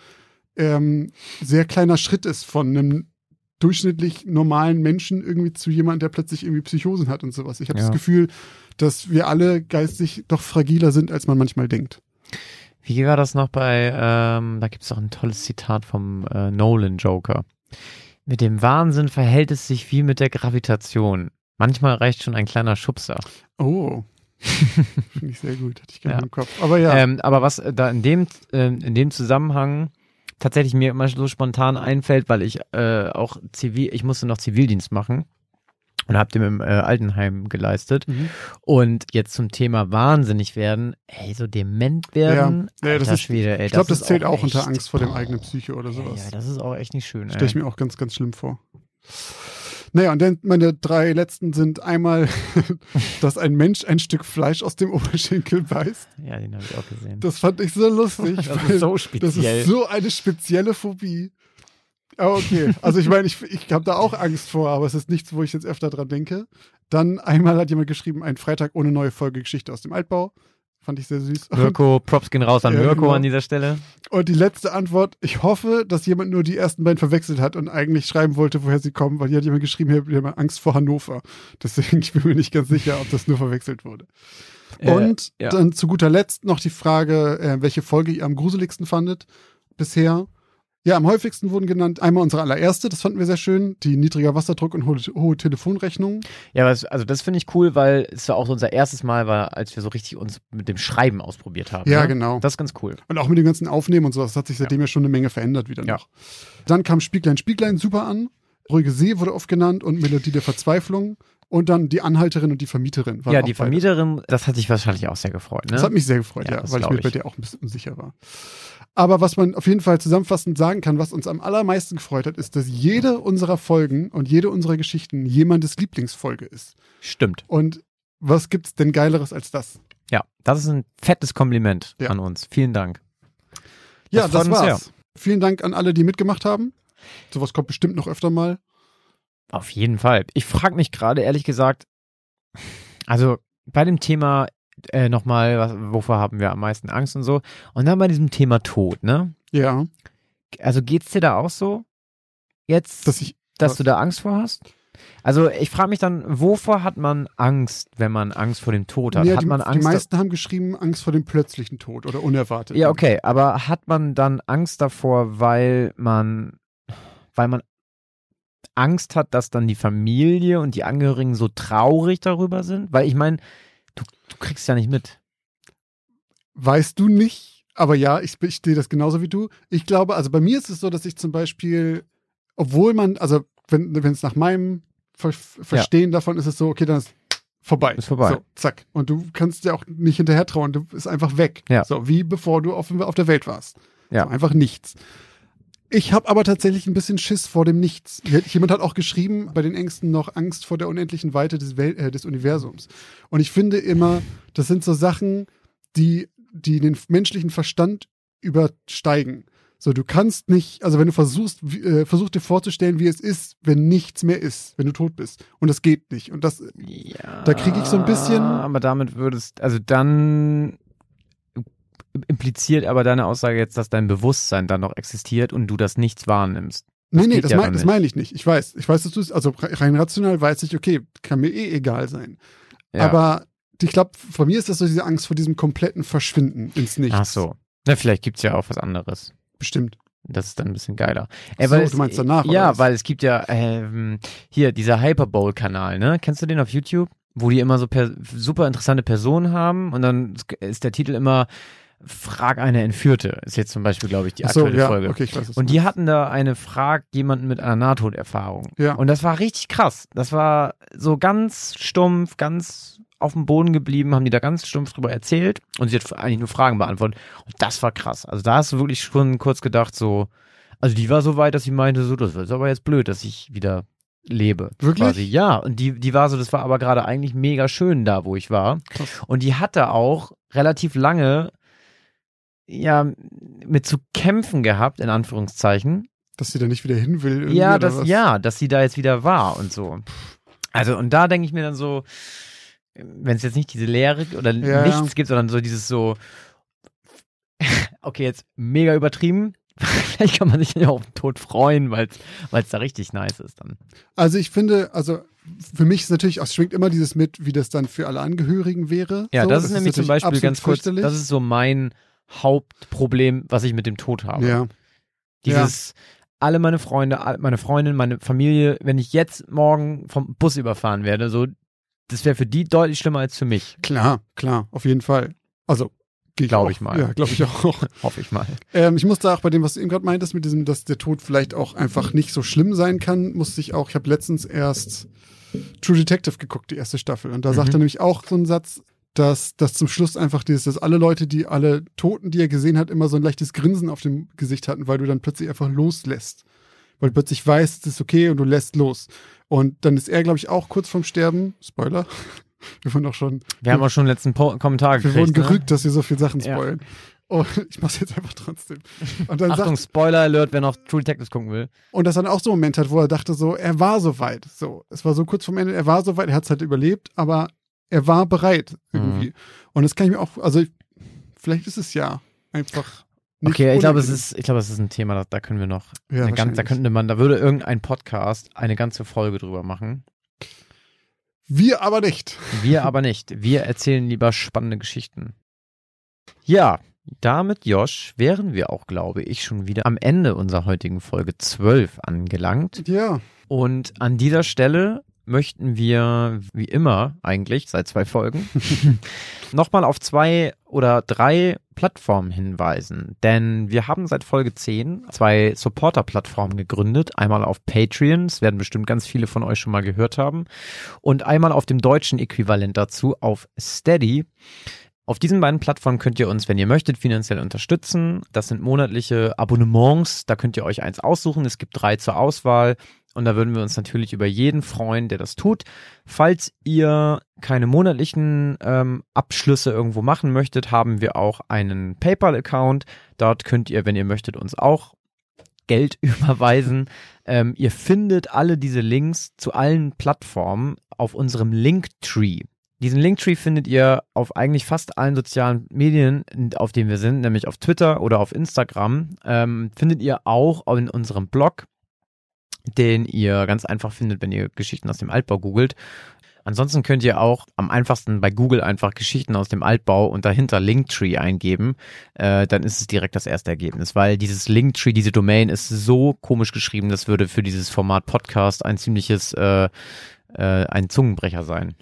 sehr kleiner Schritt ist von einem durchschnittlich normalen Menschen irgendwie zu jemandem, der plötzlich irgendwie Psychosen hat und sowas. Ich habe das Gefühl, dass wir alle geistig doch fragiler sind, als man manchmal denkt. Wie war das noch bei, da gibt es auch ein tolles Zitat vom Nolan Joker. Mit dem Wahnsinn verhält es sich wie mit der Gravitation. Manchmal reicht schon ein kleiner Schubser. Oh. Finde ich sehr gut, hatte ich gar nicht im Kopf. Aber ja. Aber was da in dem Zusammenhang tatsächlich mir immer so spontan einfällt, weil ich ich musste noch Zivildienst machen und habe dem im Altenheim geleistet. Und jetzt zum Thema wahnsinnig werden, so dement werden, das ist, Schwede, ich glaube, das zählt auch echt, unter Angst vor dem eigenen Psyche oder sowas. Ja, das ist auch echt nicht schön. Stelle ich mir auch ganz, ganz schlimm vor. Naja, und dann meine 3 letzten sind einmal, dass ein Mensch ein Stück Fleisch aus dem Oberschenkel beißt. Ja, den habe ich auch gesehen. Das fand ich so lustig. Das ist so speziell. Das ist so eine spezielle Phobie. Aber okay, also ich meine, ich habe da auch Angst vor, aber es ist nichts, wo ich jetzt öfter dran denke. Dann einmal hat jemand geschrieben, ein Freitag ohne neue Folge Geschichte aus dem Altbau. Fand ich sehr süß. Mirko, Props gehen raus an Mirko genau. An dieser Stelle. Und die letzte Antwort, ich hoffe, dass jemand nur die ersten beiden verwechselt hat und eigentlich schreiben wollte, woher sie kommen, weil hier hat jemand geschrieben, hier hat Angst vor Hannover. Deswegen, ich bin mir nicht ganz sicher, ob das nur verwechselt wurde. Und dann zu guter Letzt noch die Frage, welche Folge ihr am gruseligsten fandet bisher. Ja, am häufigsten wurden genannt einmal unsere allererste, das fanden wir sehr schön, die niedriger Wasserdruck und hohe Telefonrechnungen. Ja, also das finde ich cool, weil es ja auch so unser erstes Mal war, als wir so richtig uns mit dem Schreiben ausprobiert haben. Ja, ne? genau. Das ist ganz cool. Und auch mit dem ganzen Aufnehmen und sowas, das hat sich seitdem ja schon eine Menge verändert wieder noch. Dann kam Spieglein super an, Ruhige See wurde oft genannt und Melodie der Verzweiflung. Und dann die Anhalterin und die Vermieterin. Ja, die Vermieterin, das hat dich wahrscheinlich auch sehr gefreut, ne? Das hat mich sehr gefreut, ja weil ich mir bei dir auch ein bisschen unsicher war. Aber was man auf jeden Fall zusammenfassend sagen kann, was uns am allermeisten gefreut hat, ist, dass jede unserer Folgen und jede unserer Geschichten jemandes Lieblingsfolge ist. Stimmt. Und was gibt's denn Geileres als das? Ja, das ist ein fettes Kompliment an uns. Vielen Dank. Ja, das war's. Sehr. Vielen Dank an alle, die mitgemacht haben. Sowas kommt bestimmt noch öfter mal. Auf jeden Fall. Ich frage mich gerade, ehrlich gesagt, also bei dem Thema nochmal, wovor haben wir am meisten Angst und so. Und dann bei diesem Thema Tod, ne? Ja. Also geht's dir da auch so? Jetzt, dass du da Angst vor hast? Also ich frage mich dann, wovor hat man Angst, wenn man Angst vor dem Tod hat? Ja, hat man Angst, die meisten haben geschrieben, Angst vor dem plötzlichen Tod oder unerwartet. Ja, okay, aber hat man dann Angst davor, weil man Angst hat, dass dann die Familie und die Angehörigen so traurig darüber sind? Weil ich meine, du kriegst ja nicht mit. Weißt du nicht, aber ja, ich sehe das genauso wie du. Ich glaube, also bei mir ist es so, dass ich zum Beispiel, obwohl man, also wenn es nach meinem Verstehen davon ist es so, okay, dann ist vorbei. Ist vorbei. So, zack. Und du kannst ja auch nicht hinterher trauen, du bist einfach weg. Ja. So, wie bevor du auf der Welt warst. Ja. So, einfach nichts. Ich habe aber tatsächlich ein bisschen Schiss vor dem Nichts. Jemand hat auch geschrieben, bei den Ängsten noch Angst vor der unendlichen Weite des Universums. Und ich finde immer, das sind so Sachen, die den menschlichen Verstand übersteigen. So, du kannst nicht, also wenn du versuch dir vorzustellen, wie es ist, wenn nichts mehr ist, wenn du tot bist. Und das geht nicht. Und das, da kriege ich so ein bisschen. Aber damit dann impliziert aber deine Aussage jetzt, dass dein Bewusstsein dann noch existiert und du das nichts wahrnimmst. Nee, das meine ich nicht. Ich weiß, dass du es, also rein rational weiß ich, okay, kann mir egal sein. Ja. Aber ich glaube, von mir ist das so diese Angst vor diesem kompletten Verschwinden ins Nichts. Ach so. Na, vielleicht gibt's ja auch was anderes. Bestimmt. Das ist dann ein bisschen geiler. Du meinst danach? Ja, weil es gibt ja hier dieser Hyperbowl-Kanal, ne? Kennst du den auf YouTube? wo die immer so super interessante Personen haben und dann ist der Titel immer Frag eine Entführte, ist jetzt zum Beispiel, glaube ich, die aktuelle Folge. Okay, ich weiß, und die hatten da eine Frag jemanden mit einer Nahtoderfahrung. Ja. Und das war richtig krass. Das war so ganz stumpf, ganz auf dem Boden geblieben, haben die da ganz stumpf drüber erzählt und sie hat eigentlich nur Fragen beantwortet. Und das war krass. Also da hast du wirklich schon kurz gedacht, so, also die war so weit, dass sie meinte, so, das ist aber jetzt blöd, dass ich wieder lebe. Wirklich? Quasi. Ja, und die war so, das war aber gerade eigentlich mega schön da, wo ich war. Krass. Und die hatte auch relativ lange ja mit zu kämpfen gehabt, in Anführungszeichen. Dass sie da nicht wieder hin will. irgendwie, Ja, oder was? dass sie da jetzt wieder war und so. Also, und da denke ich mir dann so, wenn es jetzt nicht diese Leere oder nichts gibt, sondern so dieses so, okay, jetzt mega übertrieben. Vielleicht kann man sich ja auf den Tod freuen, weil es da richtig nice ist dann. Also ich finde, also für mich ist natürlich, es schwingt immer dieses mit, wie das dann für alle Angehörigen wäre. Ja, so. das ist nämlich zum natürlich Beispiel ganz kurz, fürchterlich. das ist so mein Hauptproblem, was ich mit dem Tod habe. Ja. Dieses, alle meine Freunde, meine Freundin, meine Familie, wenn ich jetzt morgen vom Bus überfahren werde, so, das wäre für die deutlich schlimmer als für mich. Klar, auf jeden Fall. Also, Glaube ich mal. Ja, glaube ich auch. Hoffe ich mal. Ich musste auch bei dem, was du eben gerade meintest, mit diesem, dass der Tod vielleicht auch einfach nicht so schlimm sein kann, ich habe letztens erst True Detective geguckt, die erste Staffel. Und da sagt er nämlich auch so einen Satz, dass zum Schluss einfach dass alle Leute, alle Toten, die er gesehen hat, immer so ein leichtes Grinsen auf dem Gesicht hatten, weil du dann plötzlich einfach loslässt. Weil du plötzlich weißt, es ist okay und du lässt los. Und dann ist er, glaube ich, auch kurz vorm Sterben. Spoiler. Wir haben auch schon den letzten Kommentar gekriegt. Wir wurden gerügt, dass wir so viele Sachen spoilern. Ja. Und ich mach's jetzt einfach trotzdem. Und dann Achtung, Spoiler Alert, wer noch True Detectives gucken will. Und das dann auch so einen Moment hat, wo er dachte so, er war so weit. So, es war so kurz vorm Ende, er war so weit, er hat es halt überlebt, aber er war bereit irgendwie. Und das kann ich mir auch, also vielleicht ist es ja einfach nicht okay, ich glaube, es ist ein Thema, da können wir noch da würde irgendein Podcast eine ganze Folge drüber machen. Wir aber nicht. Wir aber nicht. Wir erzählen lieber spannende Geschichten. Ja, damit, Josh, wären wir auch, glaube ich, schon wieder am Ende unserer heutigen Folge 12 angelangt. Ja. Und an dieser Stelle möchten wir, wie immer eigentlich, seit 2 Folgen, nochmal auf 2 oder 3 Plattformen hinweisen. Denn wir haben seit Folge 10 2 Supporter-Plattformen gegründet. Einmal auf Patreon, das werden bestimmt ganz viele von euch schon mal gehört haben. Und einmal auf dem deutschen Äquivalent dazu, auf Steady. Auf diesen beiden Plattformen könnt ihr uns, wenn ihr möchtet, finanziell unterstützen. Das sind monatliche Abonnements, da könnt ihr euch eins aussuchen. Es gibt 3 zur Auswahl. Und da würden wir uns natürlich über jeden freuen, der das tut. Falls ihr keine monatlichen Abschlüsse irgendwo machen möchtet, haben wir auch einen PayPal-Account. Dort könnt ihr, wenn ihr möchtet, uns auch Geld überweisen. Ihr findet alle diese Links zu allen Plattformen auf unserem Linktree. Diesen Linktree findet ihr auf eigentlich fast allen sozialen Medien, auf denen wir sind, nämlich auf Twitter oder auf Instagram. Findet ihr auch in unserem Blog, den ihr ganz einfach findet, wenn ihr Geschichten aus dem Altbau googelt. Ansonsten könnt ihr auch am einfachsten bei Google einfach Geschichten aus dem Altbau und dahinter Linktree eingeben. Dann ist es direkt das erste Ergebnis, weil dieses Linktree, diese Domain ist so komisch geschrieben, das würde für dieses Format Podcast ein ziemliches ein Zungenbrecher sein.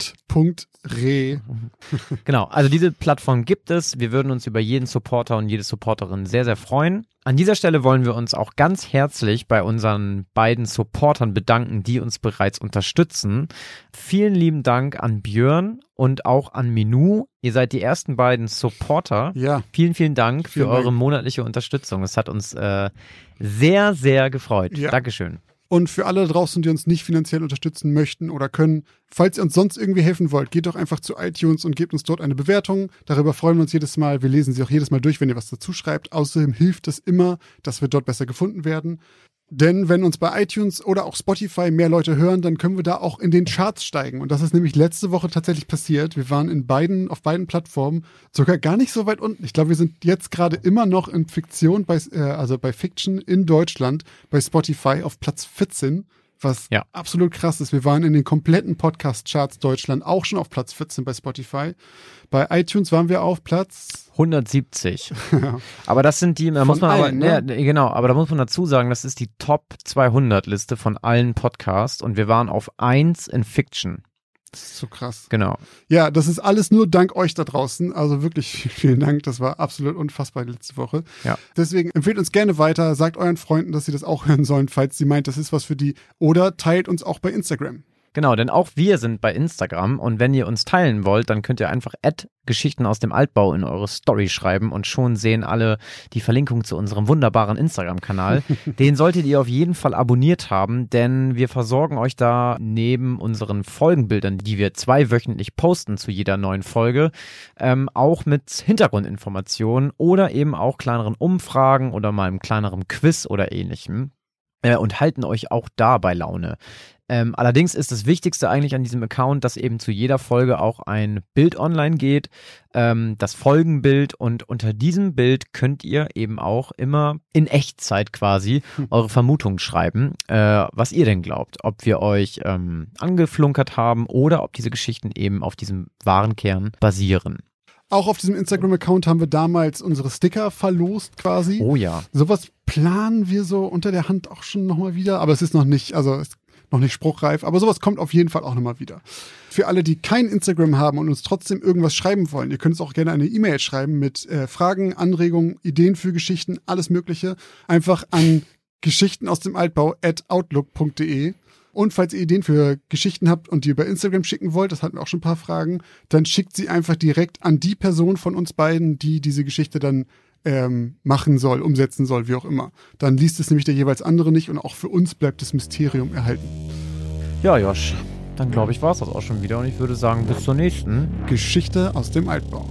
Linked.re. Genau, also diese Plattform gibt es. Wir würden uns über jeden Supporter und jede Supporterin sehr, sehr freuen. An dieser Stelle wollen wir uns auch ganz herzlich bei unseren beiden Supportern bedanken, die uns bereits unterstützen. Vielen lieben Dank an Björn und auch an Minu. Ihr seid die ersten beiden Supporter. Ja. Vielen, vielen Dank für eure monatliche Unterstützung. Es hat uns sehr, sehr gefreut. Ja. Dankeschön. Und für alle draußen, die uns nicht finanziell unterstützen möchten oder können, falls ihr uns sonst irgendwie helfen wollt, geht doch einfach zu iTunes und gebt uns dort eine Bewertung. Darüber freuen wir uns jedes Mal. Wir lesen sie auch jedes Mal durch, wenn ihr was dazu schreibt. Außerdem hilft es immer, dass wir dort besser gefunden werden. Denn wenn uns bei iTunes oder auch Spotify mehr Leute hören, dann können wir da auch in den Charts steigen. Und das ist nämlich letzte Woche tatsächlich passiert. Wir waren auf beiden Plattformen sogar gar nicht so weit unten. Ich glaube, wir sind jetzt gerade immer noch in Fiktion, bei Fiction in Deutschland bei Spotify auf Platz 14, was absolut krass ist. Wir waren in den kompletten Podcast-Charts Deutschland auch schon auf Platz 14 bei Spotify. Bei iTunes waren wir auf Platz 170. Aber das sind die, da muss man allen, aber, genau, aber da muss man dazu sagen, das ist die Top 200 Liste von allen Podcasts und wir waren auf 1 in Fiction. Das ist so krass. Genau. Ja, das ist alles nur dank euch da draußen. Also wirklich vielen Dank. Das war absolut unfassbar letzte Woche. Ja. Deswegen empfehlt uns gerne weiter. Sagt euren Freunden, dass sie das auch hören sollen, falls sie meint, das ist was für die. Oder teilt uns auch bei Instagram. Genau, denn auch wir sind bei Instagram und wenn ihr uns teilen wollt, dann könnt ihr einfach @Geschichten aus dem Altbau in eure Story schreiben und schon sehen alle die Verlinkung zu unserem wunderbaren Instagram-Kanal. Den solltet ihr auf jeden Fall abonniert haben, denn wir versorgen euch da neben unseren Folgenbildern, die wir 2-wöchentlich posten zu jeder neuen Folge, auch mit Hintergrundinformationen oder eben auch kleineren Umfragen oder mal einem kleineren Quiz oder ähnlichem und halten euch auch da bei Laune. Allerdings ist das Wichtigste eigentlich an diesem Account, dass eben zu jeder Folge auch ein Bild online geht, das Folgenbild, und unter diesem Bild könnt ihr eben auch immer in Echtzeit quasi eure Vermutungen schreiben, was ihr denn glaubt, ob wir euch angeflunkert haben oder ob diese Geschichten eben auf diesem wahren Kern basieren. Auch auf diesem Instagram-Account haben wir damals unsere Sticker verlost quasi. Oh ja. Sowas planen wir so unter der Hand auch schon nochmal wieder, aber es ist noch nicht, noch nicht spruchreif, aber sowas kommt auf jeden Fall auch nochmal wieder. Für alle, die kein Instagram haben und uns trotzdem irgendwas schreiben wollen, ihr könnt uns auch gerne eine E-Mail schreiben mit Fragen, Anregungen, Ideen für Geschichten, alles Mögliche. Einfach an geschichtenausdemaltbau@outlook.de. Und falls ihr Ideen für Geschichten habt und die über Instagram schicken wollt, das hatten wir auch schon ein paar Fragen, dann schickt sie einfach direkt an die Person von uns beiden, die diese Geschichte dann machen soll, umsetzen soll, wie auch immer. Dann liest es nämlich der jeweils andere nicht und auch für uns bleibt das Mysterium erhalten. Ja, Josh, dann glaube ich, war es das auch schon wieder und ich würde sagen, bis zur nächsten Geschichte aus dem Altbau.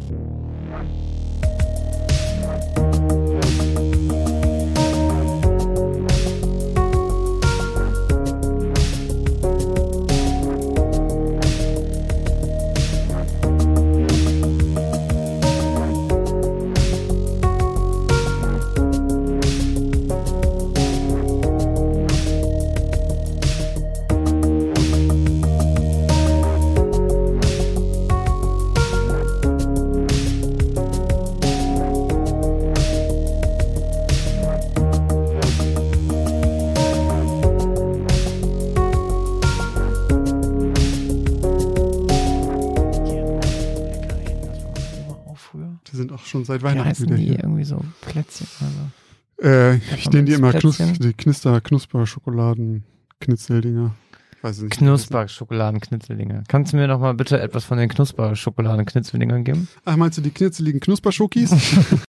Die sind auch schon seit Weihnachten wieder hier. Irgendwie so Plätzchen oder so? Ich nenne die immer Plätzchen? die Knusper-Schokoladen, Knitzeldinger. Weiß ich nicht. Knusper-Schokoladen-Knitzeldinger. Kannst du mir noch mal bitte etwas von den Knusper-Schokoladen-Knitzeldingern geben? Ach, meinst du die knitzeligen Knusperschokis?